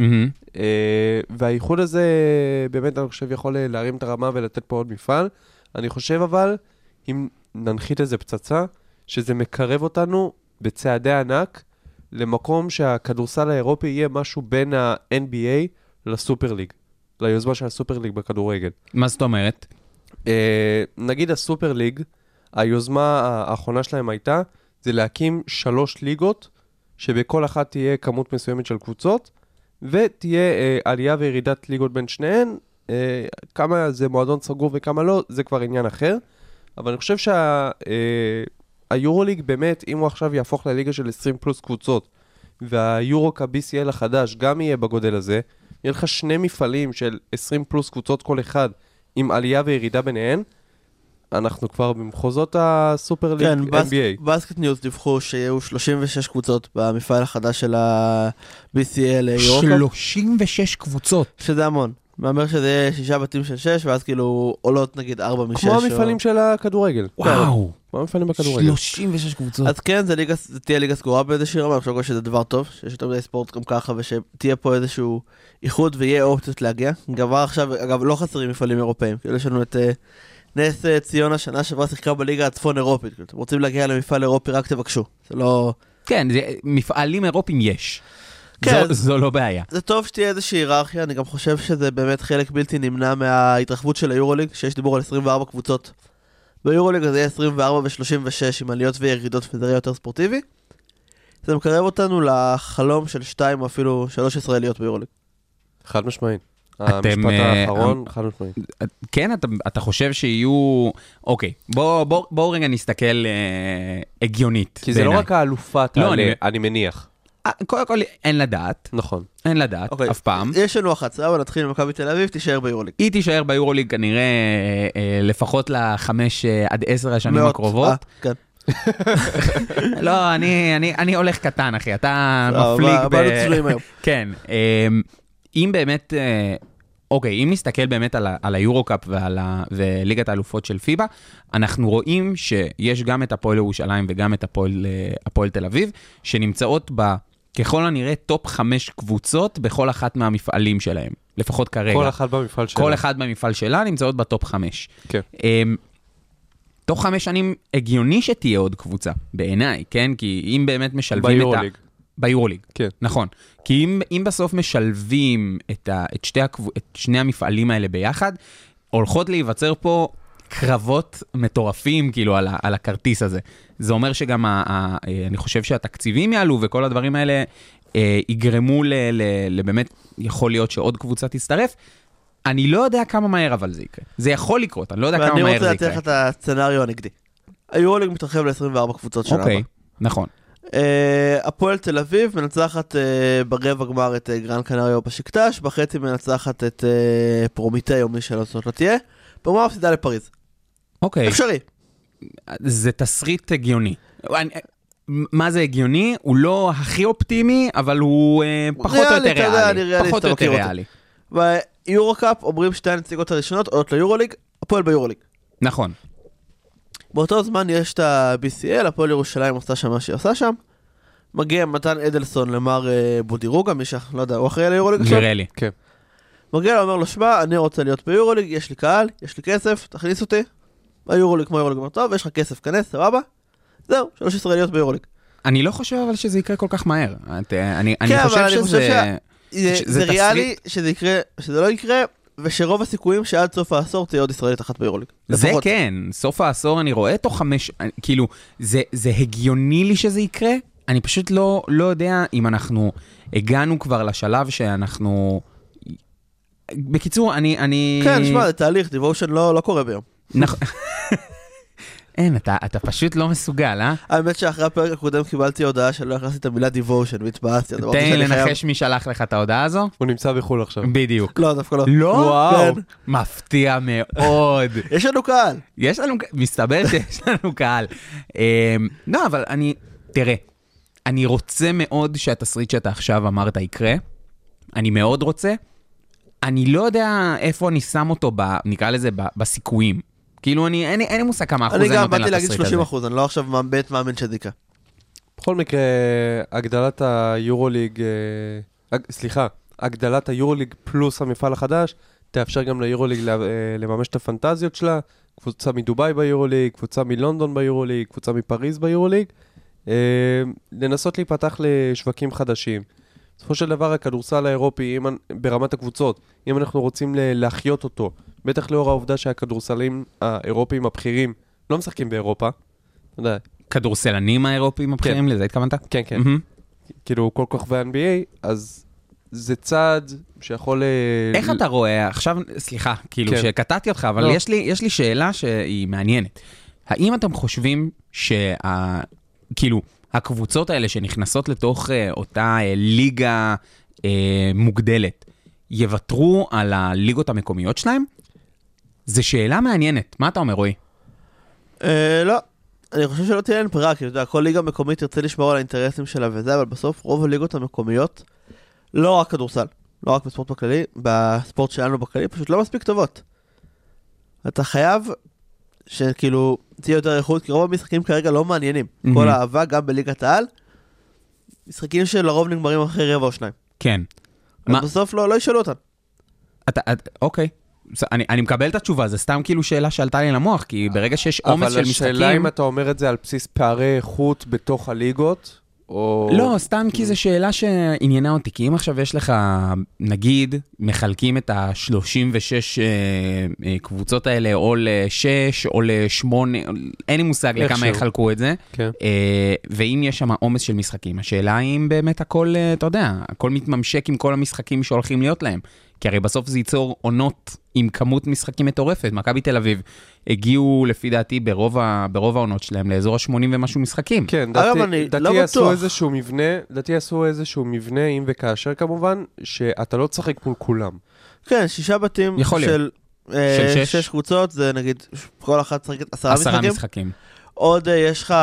Speaker 6: והאיחוד הזה באמת אני חושב יכול להרים את הרמה ולתת פה עוד מפעל. אני חושב אבל, אם ננחית איזה פצצה, שזה מקרב אותנו בצעדי ענק, למקום שהכדורסל האירופי יהיה משהו בין ה-NBA לסופר ליג, ליוזמה של הסופר ליג בכדורגל.
Speaker 4: מה זאת אומרת?
Speaker 6: נגיד הסופר ליג, היוזמה האחרונה שלהם הייתה, זה להקים 3 ליגות, שבכל אחת תהיה כמות מסוימת של קבוצות, ותהיה עלייה וירידת ליגות בין שניהן, כמה זה מועדון סגור וכמה לא, זה כבר עניין אחר, אבל אני חושב היורוליג באמת, אם הוא עכשיו יהפוך לליגה של 20 פלוס קבוצות, והיורוקאפ BCL החדש גם יהיה בגודל הזה, יהיה לך 2 מפעלים של 20 פלוס קבוצות כל אחד, עם עלייה וירידה ביניהן, אנחנו כבר במחוזות הסופר ליג NBA.
Speaker 5: כן, בסקט ניוז דיווחו שיהיו 36 קבוצות במפעל החדש של ה-BCL יורוקאפ.
Speaker 4: 36 קבוצות.
Speaker 5: שזה המון. מאמר שזה יהיה 6 בתים של 6, ואז כאילו עולות נגיד 4 מ-6.
Speaker 6: כמו המפעלים של הכדורגל.
Speaker 4: וואו.
Speaker 6: כמו המפעלים בכדורגל.
Speaker 4: 36 קבוצות.
Speaker 5: אז כן, זה תהיה ליגה סגורה באיזושהי רמה, אני חושב שזה דבר טוב, שיש יותר מדי ספורט גם ככה, ושתהיה פה איזשהו איחוד ויהיה אופציות להגיע. כבר עכשיו, אגב, לא חסרים מפעלים אירופאים, כאילו יש לנו את נס ציונה, שנה שעברה שיחקה בליגה הצפון אירופית, אתם רוצים להגיע למפעל אירופי, רק תבקשו. זה לא...
Speaker 4: כן, מפעלים אירופיים יש.
Speaker 5: כן.
Speaker 4: זו לא בעיה.
Speaker 5: זה טוב שתהיה איזושהי היררכיה, אני גם חושב שזה באמת חלק בלתי נמנע מההתרחבות של היורוליג, שיש דיבור על 24 קבוצות. ביורוליג זה יהיה 24 ו-36 עם עליות וירידות, וזה יהיה יותר ספורטיבי. זה מקרב אותנו לחלום של 2 או אפילו 3 ישראליות ביורוליג.
Speaker 6: חד משמעית. המשפט האחרון, חד משמעית.
Speaker 4: כן, אתה חושב שיהיו... אוקיי, בואו רגע נסתכל הגיונית.
Speaker 6: כי זה לא רק האלופה, אני מניח.
Speaker 4: קודם כל, אין לדעת.
Speaker 6: נכון.
Speaker 4: אין לדעת, אף פעם.
Speaker 5: יש לנו 11, אבל נתחיל עם מכבי תל אביב, תישאר ביורוליג.
Speaker 4: היא תישאר ביורוליג כנראה לפחות ל5 עד 10 השנים הקרובות.
Speaker 5: כן.
Speaker 4: לא, אני הולך קטן, אחי, אתה מפליג ב...
Speaker 5: באנו צלויים היום.
Speaker 4: כן. אם באמת... אוקיי, אם נסתכל באמת על היורו-קאפ וליגת האלופות של פיבה, אנחנו רואים שיש גם את הפועל ירושלים וגם את הפועל תל אביב, שנמצאות ככל הנראה טופ 5 קבוצות בכל אחת מהמפעלים שלהם, לפחות כרגע.
Speaker 6: כל אחד במפעל שלה.
Speaker 4: כל אחד במפעל שלה נמצאות בטופ 5.
Speaker 6: כן.
Speaker 4: תוך 5 שנים הגיוני שתהיה עוד קבוצה, בעיניי, כן? כי אם באמת משלבים
Speaker 6: ביורוליג.
Speaker 4: ביורוליג,
Speaker 6: כן.
Speaker 4: נכון. כי אם בסוף משלבים את שני המפעלים האלה ביחד, הולכות להיווצר פה קרבות מטורפים כאילו על הכרטיס הזה. זה אומר שגם אני חושב שהתקציבים יעלו וכל הדברים האלה יגרמו לבאמת יכול להיות שעוד קבוצה תצטרף. אני לא יודע כמה מהר אבל זה יקרה. זה יכול לקרות, אני לא יודע כמה מהר זה יקרה.
Speaker 5: ואני רוצה להציע לך את הסצנריו הנגדי. היורוליג מתרחב ל-24 קבוצות שנה.
Speaker 4: אוקיי, נכון.
Speaker 5: הפועל תל אביב מנצחת ברבע גמר את גרן קנריה בשקטש, בחצי מנצחת את פרומיטי או מי שלא זאת לא תהיה, בגמר מפסידה לפריז.
Speaker 4: אוקיי.
Speaker 5: אפשרי.
Speaker 4: זה תסריט הגיוני. מה זה הגיוני? הוא לא הכי אופטימי, אבל הוא פחות או יותר ריאלי. פחות או יותר ריאלי.
Speaker 5: ביורו-קאפ אומרים שתי הנציגות הראשונות עולות ליורוליג, הפועל ביורוליג.
Speaker 4: נכון.
Speaker 5: באותו זמן יש את ה-BCL, הפועל ירושלים עושה שם מה שהיא עושה שם. מגיע מתן אדלסון למר בודירוגה, מי לא יודע, הוא אחראי ליורוליג עכשיו?
Speaker 4: נראה לי.
Speaker 6: כן.
Speaker 5: מגיע אומר לו, שמע, אני רוצה להיות ביורוליג, יש לי קהל, יש לי כסף, תכניס אותי. היורוליג כמו יורוליג אומר, טוב, יש לך כסף, כנס, סבבה? זהו, 3 ישראליות ביורוליג.
Speaker 4: אני לא חושב אבל שזה יקרה כל כך מהר. אני
Speaker 5: כן,
Speaker 4: חושב
Speaker 5: אבל אני חושב
Speaker 4: שזה...
Speaker 5: זה ריאלי שזה יקרה, שזה לא יקרה, ושרוב הסיכויים שעד סוף העשור תהיה עוד ישראלית אחת ביורוליג.
Speaker 4: זה כן, סוף העשור אני רואה תוך 5, כאילו, זה הגיוני לי שזה יקרה, אני פשוט לא יודע אם אנחנו הגענו כבר לשלב שאנחנו... בקיצור, אני...
Speaker 5: כן, שמע, זה תהליך, דיוושן לא קורה ביום.
Speaker 4: נכון. אין, אתה פשוט לא מסוגל, אה?
Speaker 5: האמת שאחרי הפרק הקודם קיבלתי הודעה שלא הכנסתי את המילה דיוושן, והתפעצתי.
Speaker 4: תן לי לנחש מי שלח לך את ההודעה הזו?
Speaker 6: הוא נמצא בחול עכשיו.
Speaker 4: בדיוק.
Speaker 5: לא, דווקא לא.
Speaker 4: לא?
Speaker 6: וואו.
Speaker 4: מפתיע מאוד.
Speaker 5: יש לנו קהל.
Speaker 4: מסתבר שיש לנו קהל. לא, אבל תראה, אני רוצה מאוד שהתסריט שאתה עכשיו אמרת יקרה. אני מאוד רוצה. אני לא יודע איפה אני שם אותו, נקרא לזה, בסיכויים. כאילו, אין לי מושג כמה אחוז אני נותן לתסריט הזה.
Speaker 5: אני גם באתי להגיד 30%, אני לא עכשיו בית מאמן שדיקה.
Speaker 6: בכל מקרה, הגדלת היורוליג, הגדלת היורוליג פלוס המפעל החדש, תאפשר גם ליורוליג לממש את הפנטזיות שלה, קבוצה מדוביי ביורוליג, קבוצה מלונדון ביורוליג, קבוצה מפריז ביורוליג, לנסות להיפתח לשווקים חדשים. בסופו של דבר, הכדורסל האירופי, ברמת הקבוצות, אם אנחנו רוצים להחיות אותו, בטח לאור העובדה שהכדורסלים האירופיים הבכירים לא משחקים באירופה.
Speaker 4: כדורסלנים האירופיים הבכירים, לזה התכוונת?
Speaker 6: כן, כן. כאילו, כל כוכבי ה-NBA, אז זה צעד שיכול...
Speaker 4: איך אתה רואה? עכשיו, סליחה, כאילו שקטעתי אותך, אבל יש לי שאלה שהיא מעניינת. האם אתם חושבים כאילו, הקבוצות האלה שנכנסות לתוך אותה ליגה מוגדלת, יוותרו על הליגות המקומיות שלהם? זו שאלה מעניינת. מה אתה אומר, רועי?
Speaker 5: לא. אני חושב שלא תהיה ברירה, כי כל ליגה מקומית תרצה לשמור על האינטרסים שלה וזה, אבל בסוף רוב הליגות המקומיות, לא רק כדורסל, לא רק בספורט בכללי, בספורט שלנו בכללי, פשוט לא מספיק טובות. אתה חייב שכאילו תהיה יותר איכות, כי רוב המשחקים כרגע לא מעניינים. כל האהבה, גם בליגת העל, משחקים שלרוב נגמרים אחרי רבע או שניים.
Speaker 4: כן.
Speaker 5: אז בסוף לא ישאלו אותם.
Speaker 4: אוקיי. אני מקבל את התשובה, זה סתם כאילו שאלה שעלתה לי למוח, כי ברגע שיש עומס של משחקים...
Speaker 6: אבל השאלה אם אתה אומר את זה על בסיס פערי איכות בתוך הליגות, או...
Speaker 4: לא, סתם כי זו שאלה שעניינה אותי, כי אם עכשיו יש לך, נגיד, מחלקים את ה-36 קבוצות האלה, או ל-6, או ל-8, אין לי מושג לכמה יחלקו את זה, ואם יש שם עומס של משחקים, השאלה אם באמת הכל, אתה יודע, הכל מתממשק עם כל המשחקים שהולכים להיות להם, כי הרי בסוף זה ייצור עונות עם כמות משחקים מטורפת. מכבי תל אביב הגיעו לפי דעתי ברוב העונות שלהם לאזור ה-80 ומשהו משחקים.
Speaker 6: כן, דעתי עשו איזשהו מבנה, אם וכאשר כמובן, שאתה לא צחק מול כולם.
Speaker 5: כן, 6 בתים של 6 קבוצות, זה נגיד כל אחת צחקת 10 משחקים. עוד יש לך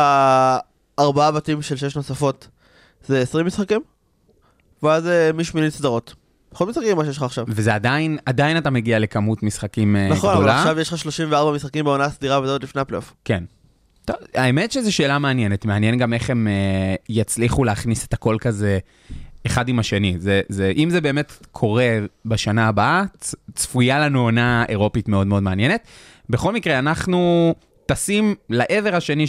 Speaker 5: 4 בתים של 6 נוספות, זה 20 משחקים, ואז משמינית סדרות. בכל משחקים מה שיש לך עכשיו.
Speaker 4: וזה עדיין אתה מגיע לכמות משחקים גדולה.
Speaker 5: נכון, אבל עכשיו יש לך 34 משחקים בעונה סדירה וזה עוד לפני הפלייאוף.
Speaker 4: כן. טוב, האמת שזו שאלה מעניינת. מעניין גם איך הם יצליחו להכניס את הכל כזה אחד עם השני. אם זה באמת קורה בשנה הבאה, צפויה לנו עונה אירופית מאוד מאוד מעניינת. בכל מקרה, אנחנו טסים לעבר השני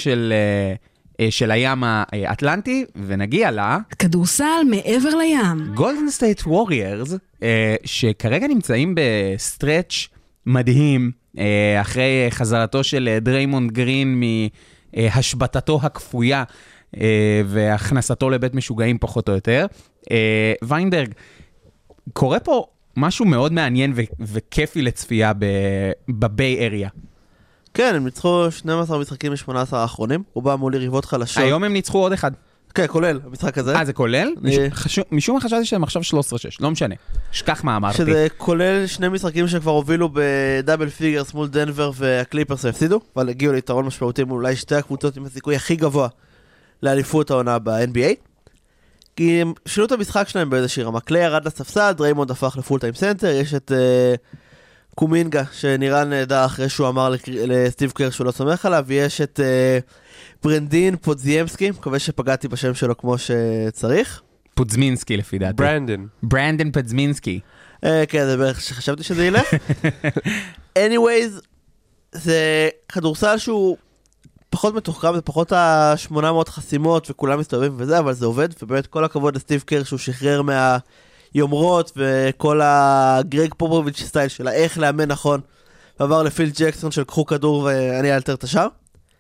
Speaker 4: של הים האטלנטי, ונגיע לה...
Speaker 3: כדורסל מעבר לים.
Speaker 4: גולדן סטייט ווריורס, שכרגע נמצאים בסטרץ' מדהים, אחרי חזרתו של דריימונד גרין מהשבתתו הכפויה, והכנסתו לבית משוגעים פחות או יותר. ויינברג, קורה פה משהו מאוד מעניין וכיפי לצפייה בביי אריה.
Speaker 5: כן, הם ניצחו 12 משחקים מ-18 האחרונים, רובם מול יריבות חלשות.
Speaker 4: היום הם ניצחו עוד אחד.
Speaker 5: כן, כולל, המשחק הזה.
Speaker 4: זה כולל? משום מה חשבתי שהם עכשיו 13-6, לא משנה. שכח מה אמרתי.
Speaker 5: שזה כולל 2 משחקים שכבר הובילו בדאבל פיגרס מול דנבר והקליפרס והפסידו, אבל הגיעו ליתרון משמעותי מול אולי 2 הקבוצות עם הסיכוי הכי גבוה לאליפות העונה ב-NBA. כי הם שינו את המשחק שלהם באיזושהי רמה. קליי ירד לספסל, דריימונד הפך לפול טיים סנטר, יש את... קומינגה, שנראה נהדר אחרי שהוא אמר לסטיב קר שהוא לא סומך עליו, ויש את ברנדין פודזיימסקי, מקווה שפגעתי בשם שלו כמו שצריך.
Speaker 4: פודזמינסקי לפי דעתי. ברנדן פודזמינסקי.
Speaker 5: כן, זה בערך שחשבתי שזה ילך. anyways, זה כדורסל שהוא פחות מתוחכם, זה פחות ה-800 חסימות וכולם מסתובבים וזה, אבל זה עובד, ובאמת כל הכבוד לסטיב קר שהוא שחרר יומרות וכל הגרג פופוביץ' סטייל שלה, איך לאמן נכון, ועבר לפיל ג'קסון של קחו כדור ואני אלתר את השאר.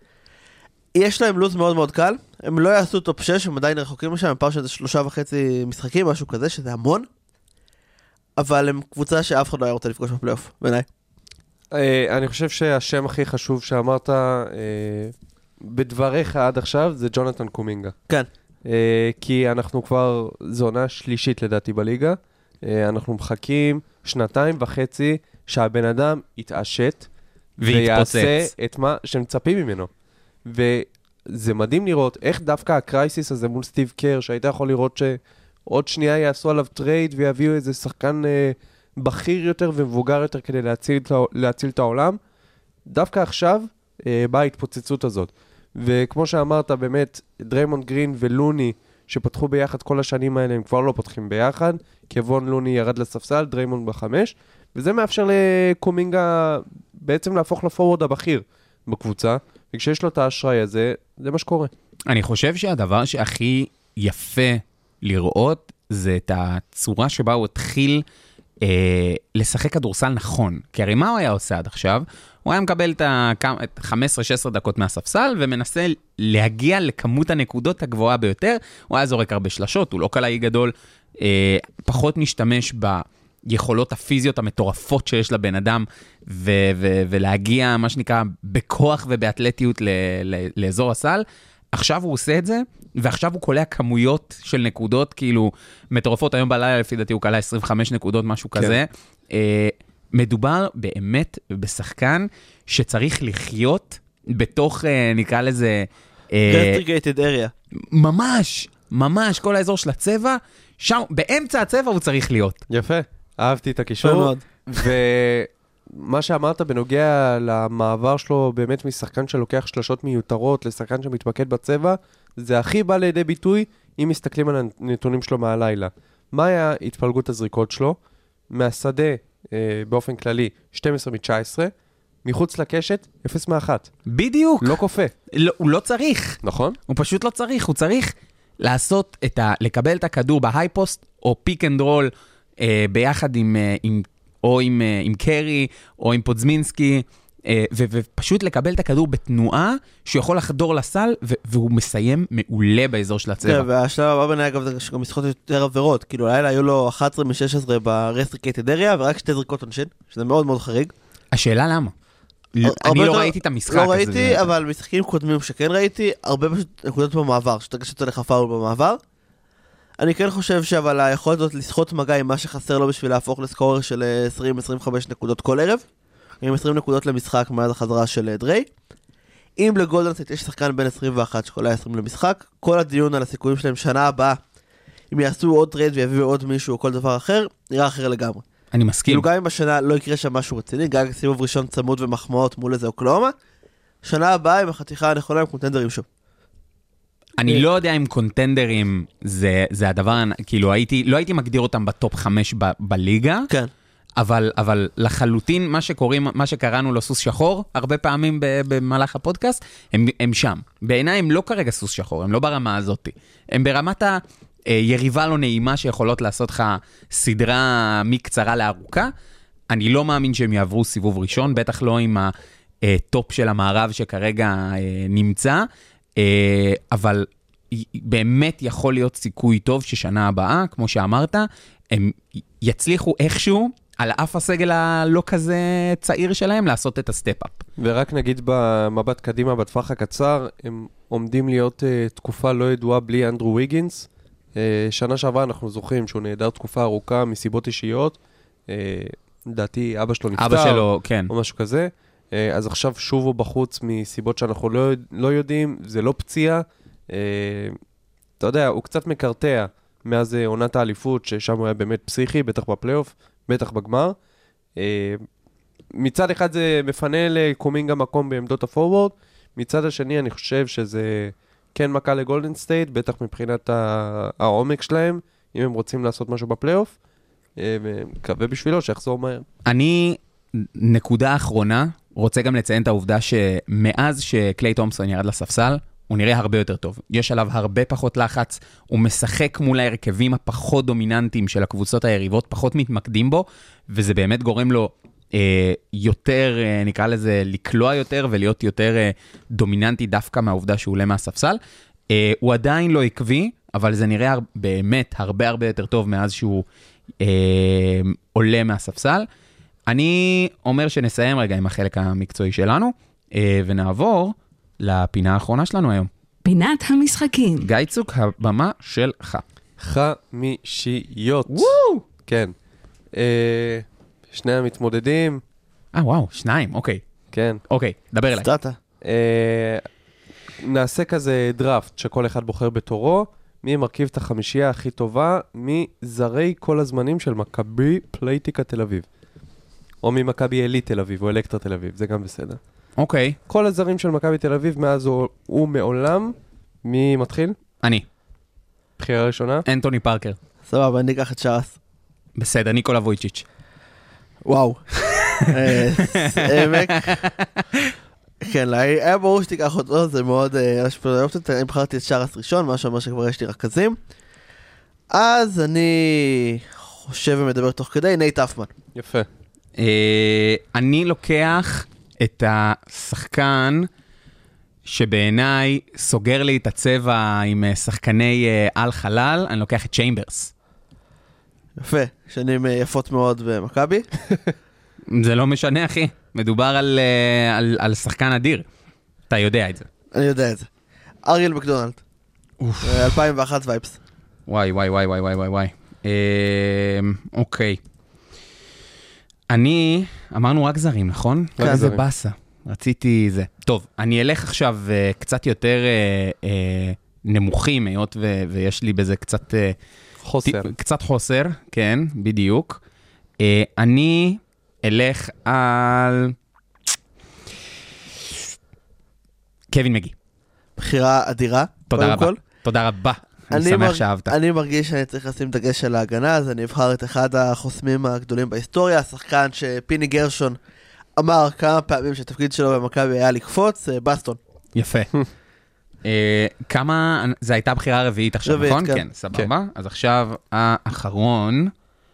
Speaker 5: יש להם לוז מאוד מאוד קל, הם לא יעשו טופ 6, הם עדיין רחוקים משם, הם פער שזה 3.5 משחקים, משהו כזה, שזה המון, אבל הם קבוצה שאף אחד לא היה רוצה לפגוש בפלייאוף, בעיניי.
Speaker 6: אני חושב שהשם הכי חשוב שאמרת בדבריך עד עכשיו, זה ג'ונתן קומינגה.
Speaker 5: כן.
Speaker 6: כי אנחנו כבר זונה שלישית לדעתי בליגה, אנחנו מחכים 2.5 שהבן אדם יתעשת ויעשה את מה שמצפים ממנו. וזה מדהים לראות איך דווקא הקרייסיס הזה מול סטיב קר, שהיית יכול לראות שעוד שנייה יעשו עליו טרייד ויביאו איזה שחקן בכיר יותר ומבוגר יותר כדי להציל את העולם, דווקא עכשיו באה ההתפוצצות הזאת. וכמו שאמרת, באמת, דריימונד גרין ולוני, שפתחו ביחד כל השנים האלה, הם כבר לא פותחים ביחד, כיוון לוני ירד לספסל, דריימונד ב5, וזה מאפשר לקומינגה בעצם להפוך לפורוורד הבכיר בקבוצה, וכשיש לו את האשראי הזה, זה מה שקורה.
Speaker 4: אני חושב שהדבר שהכי יפה לראות, זה את הצורה שבה הוא התחיל לשחק כדורסל נכון. כי הרי מה הוא היה עושה עד עכשיו? הוא היה מקבל את 15-16 דקות מהספסל, ומנסה להגיע לכמות הנקודות הגבוהה ביותר. הוא היה זורק הרבה שלשות, הוא לא קלעי גדול, פחות משתמש ביכולות הפיזיות המטורפות שיש לבן אדם, ולהגיע, מה שנקרא, בכוח ובאתלטיות לאזור הסל. עכשיו הוא עושה את זה, ועכשיו הוא קולע כמויות של נקודות, כאילו, מטורפות. היום בלילה, לפי דעתי, הוא קלע 25 נקודות, משהו כזה. מדובר באמת בשחקן שצריך לחיות בתוך, נקרא לזה...
Speaker 5: restricted area.
Speaker 4: ממש, ממש, כל האזור של הצבע, שם, באמצע הצבע הוא צריך להיות.
Speaker 6: יפה, אהבתי את הקישור. ומה שאמרת בנוגע למעבר שלו באמת משחקן שלוקח שלשות מיותרות לשחקן שמתמקד בצבע, זה הכי בא לידי ביטוי אם מסתכלים על הנתונים שלו מהלילה. מה היה התפלגות הזריקות שלו? מהשדה באופן כללי 12 מ-19, מחוץ לקשת 0 מ-1.
Speaker 4: בדיוק.
Speaker 6: לא קופה.
Speaker 4: הוא לא צריך.
Speaker 6: נכון?
Speaker 4: הוא פשוט לא צריך, הוא צריך לעשות לקבל את הכדור בהייפוסט, או פיק אנד רול, ביחד עם קרי, או עם פודזמינסקי, ופשוט לקבל את הכדור בתנועה, שהוא יכול לחדור לסל, והוא מסיים מעולה באזור של הצבע.
Speaker 5: כן, והשלב הבא בני אגב זה שגם משחקות יותר עבירות, כאילו לילה היו לו 11 מ-16 ברסטריקטד אריה, ורק 2 זריקות עונשין, שזה מאוד מאוד חריג.
Speaker 4: השאלה למה? אני לא ראיתי את המשחק הזה.
Speaker 5: לא ראיתי, אבל משחקים קודמים שכן ראיתי, הרבה פשוט נקודות במעבר, שתגשת לך פאול במעבר. אני כן חושב אבל היכולת הזאת לסחוט מגע עם מה שחסר לו בשביל להפוך לסקורר של 20-25 נקודות כל ערב, עם 20 נקודות למשחק מאז החזרה של דריי. אם לגולדן סטייט יש שחקן בין 21 שכל היה 20 למשחק, כל הדיון על הסיכויים שלהם שנה הבאה, אם יעשו עוד טרייד ויביאו עוד מישהו או כל דבר אחר, נראה אחר לגמרי.
Speaker 4: אני מסכים.
Speaker 5: כאילו גם אם השנה לא יקרה שם משהו רציני, גם סיבוב ראשון צמוד ומחמאות מול איזה אוקלאומה, שנה הבאה עם החתיכה הנכונה עם קונטנדרים שם.
Speaker 4: אני לא יודע אם קונטנדרים זה הדבר, כאילו לא הייתי מגדיר אותם בטופ 5 בליגה,
Speaker 5: כן.
Speaker 4: אבל לחלוטין מה שקראנו לו סוס שחור, הרבה פעמים במהלך הפודקאסט, הם שם. בעיניי הם לא כרגע סוס שחור, הם לא ברמה הזאת. הם ברמת היריבה לא נעימה שיכולות לעשות לך סדרה מקצרה לארוכה. אני לא מאמין שהם יעברו סיבוב ראשון, בטח לא עם הטופ של המערב שכרגע נמצא, אבל באמת יכול להיות סיכוי טוב ששנה הבאה, כמו שאמרת, הם יצליחו איכשהו, על אף הסגל הלא כזה צעיר שלהם, לעשות את הסטפ-אפ.
Speaker 6: ורק נגיד במבט קדימה, בטווח הקצר, הם עומדים להיות תקופה לא ידועה בלי אנדרו ויגינס. שנה שעברה אנחנו זוכרים שהוא נהדר תקופה ארוכה מסיבות אישיות. לדעתי אבא שלו נפטר.
Speaker 4: אבא שלו, כן.
Speaker 6: או משהו כזה. אז עכשיו שוב הוא בחוץ מסיבות שאנחנו לא יודעים, זה לא פציע. אתה יודע, הוא קצת מקרטע מאז עונת האליפות, ששם הוא היה באמת פסיכי, בטח בפלייאוף, בטח בגמר. מצד אחד זה מפנה לקומינגה מקום בעמדות הפורוורד, מצד השני אני חושב שזה כן מכה לגולדן סטייט, בטח מבחינת העומק שלהם, אם הם רוצים לעשות משהו בפלייאוף, ומקווה בשבילו שיחזור מהר.
Speaker 4: אני, נקודה אחרונה, רוצה גם לציין את העובדה שמאז שקליי תומפסון ירד לספסל, הוא נראה הרבה יותר טוב. יש עליו הרבה פחות לחץ, הוא משחק מול ההרכבים הפחות דומיננטיים של הקבוצות היריבות, פחות מתמקדים בו, וזה באמת גורם לו יותר, נקרא לזה, לקלוע יותר ולהיות יותר דומיננטי דווקא מהעובדה שהוא עולה מהספסל. הוא עדיין לא עקבי, אבל זה נראה באמת הרבה הרבה יותר טוב מאז שהוא עולה מהספסל. אני אומר שנסיים רגע עם החלק המקצועי שלנו, ונעבור לפינה האחרונה שלנו היום.
Speaker 3: פינת המשחקים.
Speaker 4: גיא צוק, הבמה שלך.
Speaker 6: חמישיות.
Speaker 4: וואו!
Speaker 6: כן. שני המתמודדים.
Speaker 4: וואו, 2, אוקיי.
Speaker 6: כן.
Speaker 4: אוקיי, דבר אליי.
Speaker 5: סטאטה.
Speaker 6: נעשה כזה דראפט שכל אחד בוחר בתורו, מי מרכיב את החמישייה הכי טובה, מזרי כל הזמנים של מכבי פלייטיקה תל אביב. או ממכבי אליט תל אביב, או אלקטרה תל אביב, זה גם בסדר.
Speaker 4: אוקיי.
Speaker 6: כל הזרים של מכבי תל אביב, מאז הוא מעולם, מי מתחיל?
Speaker 4: אני.
Speaker 6: בחירה ראשונה?
Speaker 4: אנטוני פארקר.
Speaker 5: סבבה, אני אקח את שרס.
Speaker 4: בסדר, ניקולה וויצ'יץ'.
Speaker 5: וואו. עמק. כן, היה ברור שתיקח אותו, זה מאוד... אני בחרתי את שרס ראשון, מה שאומר שכבר יש לי רכזים. אז אני חושב ומדבר תוך כדי, נייט אפמן.
Speaker 6: יפה.
Speaker 4: אני לוקח את השחקן שבעיניי סוגר לי את הצבע עם שחקני על חלל, אני לוקח את צ'יימברס.
Speaker 5: יפה, שנים יפות מאוד במכבי.
Speaker 4: זה לא משנה, אחי. מדובר על שחקן אדיר. אתה יודע את זה.
Speaker 5: אני יודע את זה. אריאל מקדונלד. 2001 וייפס.
Speaker 4: וואי. אוקיי. אמרנו רק זרים, נכון?
Speaker 6: רק
Speaker 4: איזה
Speaker 6: זרים.
Speaker 4: בסה. רציתי זה. טוב, אני אלך עכשיו קצת יותר נמוכים, היות ויש לי בזה קצת
Speaker 6: חוסר.
Speaker 4: קצת חוסר, כן, בדיוק. אני אלך על קווין מגי.
Speaker 5: בחירה אדירה.
Speaker 4: תודה
Speaker 5: קודם
Speaker 4: רבה.
Speaker 5: כל.
Speaker 4: תודה רבה. אני שמח שאהבת.
Speaker 5: אני מרגיש שאני צריך לשים דגש על ההגנה, אז אני אבחר את אחד החוסמים הגדולים בהיסטוריה, השחקן שפיני גרשון אמר כמה פעמים שהתפקיד שלו במכבי היה לקפוץ, בסטון.
Speaker 4: יפה. כמה, זה הייתה בחירה רביעית עכשיו,
Speaker 5: רביעית,
Speaker 4: נכון?
Speaker 5: כן.
Speaker 4: כן, סבבה. אז עכשיו האחרון,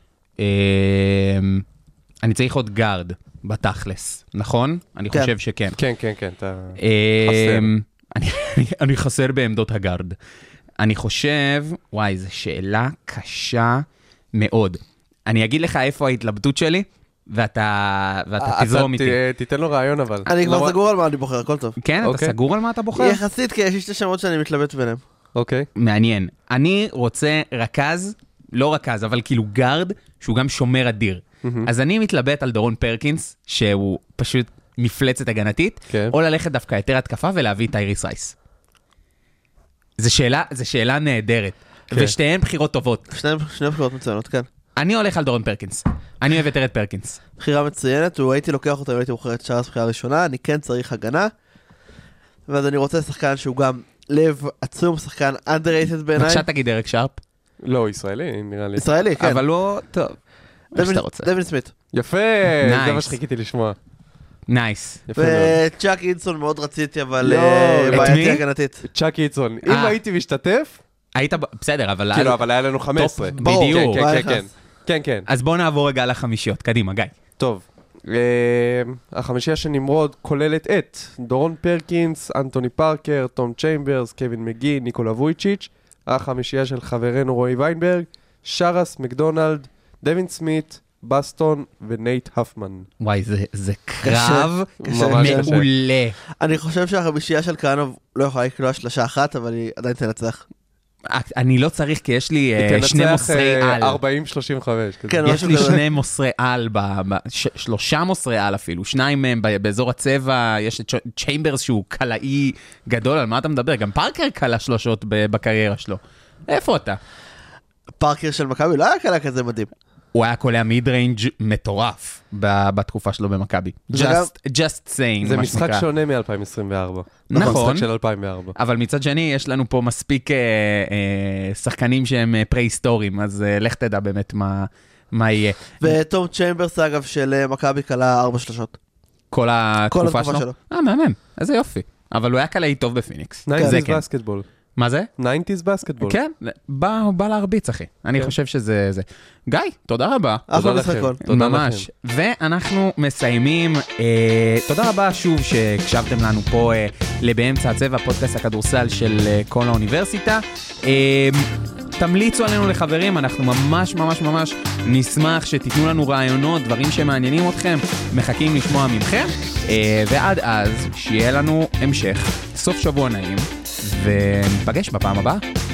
Speaker 4: אני צריך עוד גארד בתכלס, נכון? אני
Speaker 5: כן.
Speaker 4: חושב שכן.
Speaker 6: כן, כן, כן, אתה...
Speaker 4: אני חסר בעמדות הגארד. אני חושב, וואי, זו שאלה קשה מאוד. אני אגיד לך איפה ההתלבטות שלי, ואתה תזרום איתי.
Speaker 6: תיתן לו רעיון אבל.
Speaker 5: אני כבר סגור על מה אני בוחר, הכל טוב.
Speaker 4: כן, אתה
Speaker 6: אוקיי.
Speaker 4: סגור על מה אתה בוחר?
Speaker 5: יחסית, כי יש לי שתי שמות שאני מתלבט ביניהם.
Speaker 6: אוקיי.
Speaker 4: מעניין. אני רוצה רכז, לא רכז, אבל כאילו גארד, שהוא גם שומר אדיר. אז אני מתלבט על דורון פרקינס, שהוא פשוט מפלצת הגנתית,
Speaker 6: כן.
Speaker 4: או ללכת דווקא יותר התקפה ולהביא את טייריס רייס. זו שאלה נהדרת, ושתיהן בחירות טובות.
Speaker 5: שני בחירות מצוינות, כן.
Speaker 4: אני הולך על דורון פרקינס. אני אוהב יותר את פרקינס.
Speaker 5: בחירה מצוינת, והייתי לוקח אותה, והייתי בוחר את שרס בחירה ראשונה, אני כן צריך הגנה, ואז אני רוצה שחקן שהוא גם לב עצום, שחקן underrated בעיניי.
Speaker 4: בבקשה תגיד דרק שרפ.
Speaker 6: לא, ישראלי, נראה לי.
Speaker 5: ישראלי, כן.
Speaker 4: אבל לא, טוב. מה שאתה רוצה.
Speaker 5: דווין סמית.
Speaker 6: יפה,
Speaker 4: Nice.
Speaker 6: זה מה שחיכיתי לשמוע.
Speaker 4: נייס.
Speaker 6: יפה מאוד.
Speaker 5: וצ'אק אינסון מאוד רציתי, אבל
Speaker 6: לא,
Speaker 4: את
Speaker 5: בעייתי
Speaker 4: מי?
Speaker 5: הגנתית.
Speaker 6: צ'אק איצון. אם הייתי משתתף,
Speaker 4: היית, בסדר, אבל...
Speaker 6: כאילו, אבל היה לנו 15.
Speaker 4: ברור. בדיוק.
Speaker 6: כן,
Speaker 5: מה
Speaker 6: כן,
Speaker 5: יחס?
Speaker 6: כן. כן, כן.
Speaker 4: אז בוא נעבור רגע לחמישיות. קדימה, גיא.
Speaker 6: טוב. החמישייה של נמרוד כוללת את דורון פרקינס, אנטוני פארקר, תום צ'יימברס, קווין מגי, ניקולה וויצ'יץ'. החמישייה של חברנו רועי ויינברג, שרס מקדונלד, דווין סמית, בסטון ונייט הפמן.
Speaker 4: וואי, זה קרב
Speaker 6: ממש קשה.
Speaker 4: מעולה.
Speaker 5: אני חושב שהחמישייה של כהנוב לא יכולה לקלוע שלושה אחת, אבל היא עדיין תנצח.
Speaker 4: אני לא צריך, כי יש לי שני מוסרי על.
Speaker 6: 40-35.
Speaker 5: כן,
Speaker 4: יש
Speaker 5: משהו
Speaker 4: לי
Speaker 5: כזה.
Speaker 4: שני מוסרי על, שלושה מוסרי על אפילו, שניים מהם באזור הצבע, יש את צ'יימברס שהוא קלעי גדול, על מה אתה מדבר? גם פארקר קלע שלושות בקריירה שלו. איפה אתה?
Speaker 5: פארקר של מכבי לא היה קלע כזה מדהים.
Speaker 4: הוא היה קולע מיד ריינג' מטורף בתקופה שלו במכבי.
Speaker 5: זה גם-
Speaker 4: Just saying,
Speaker 6: זה
Speaker 4: מה
Speaker 6: משחק
Speaker 4: שנקרא.
Speaker 6: שונה מ-2024.
Speaker 4: נכון.
Speaker 6: משחק של 2004.
Speaker 4: אבל מצד שני, יש לנו פה מספיק שחקנים שהם פרה-היסטוריים, אז לך תדע באמת מה יהיה.
Speaker 5: ותום צ'יימברס אגב של מכבי קלע 4 שלשות.
Speaker 4: כל התקופה
Speaker 5: התקופה
Speaker 4: שלו?
Speaker 5: שלו.
Speaker 4: מהמם, איזה יופי. אבל הוא היה קלעי טוב בפיניקס.
Speaker 6: 90's
Speaker 4: זה כן.
Speaker 6: בסקטבול.
Speaker 4: מה זה?
Speaker 6: 90's בסקטבול.
Speaker 4: כן, בא להרביץ, אחי. אני חושב שזה זה. גיא, תודה רבה.
Speaker 5: אחלה
Speaker 6: לכם.
Speaker 5: משחקון.
Speaker 6: תודה
Speaker 4: ממש. ואנחנו מסיימים. תודה רבה שוב שהקשבתם לנו פה לבאמצע הצבע, פודקאסט הכדורסל של כל האוניברסיטה. תמליצו עלינו לחברים, אנחנו ממש ממש ממש נשמח שתיתנו לנו רעיונות, דברים שמעניינים אתכם, מחכים לשמוע ממכם. ועד אז, שיהיה לנו המשך, סוף שבוע נעים, ונפגש בפעם הבאה.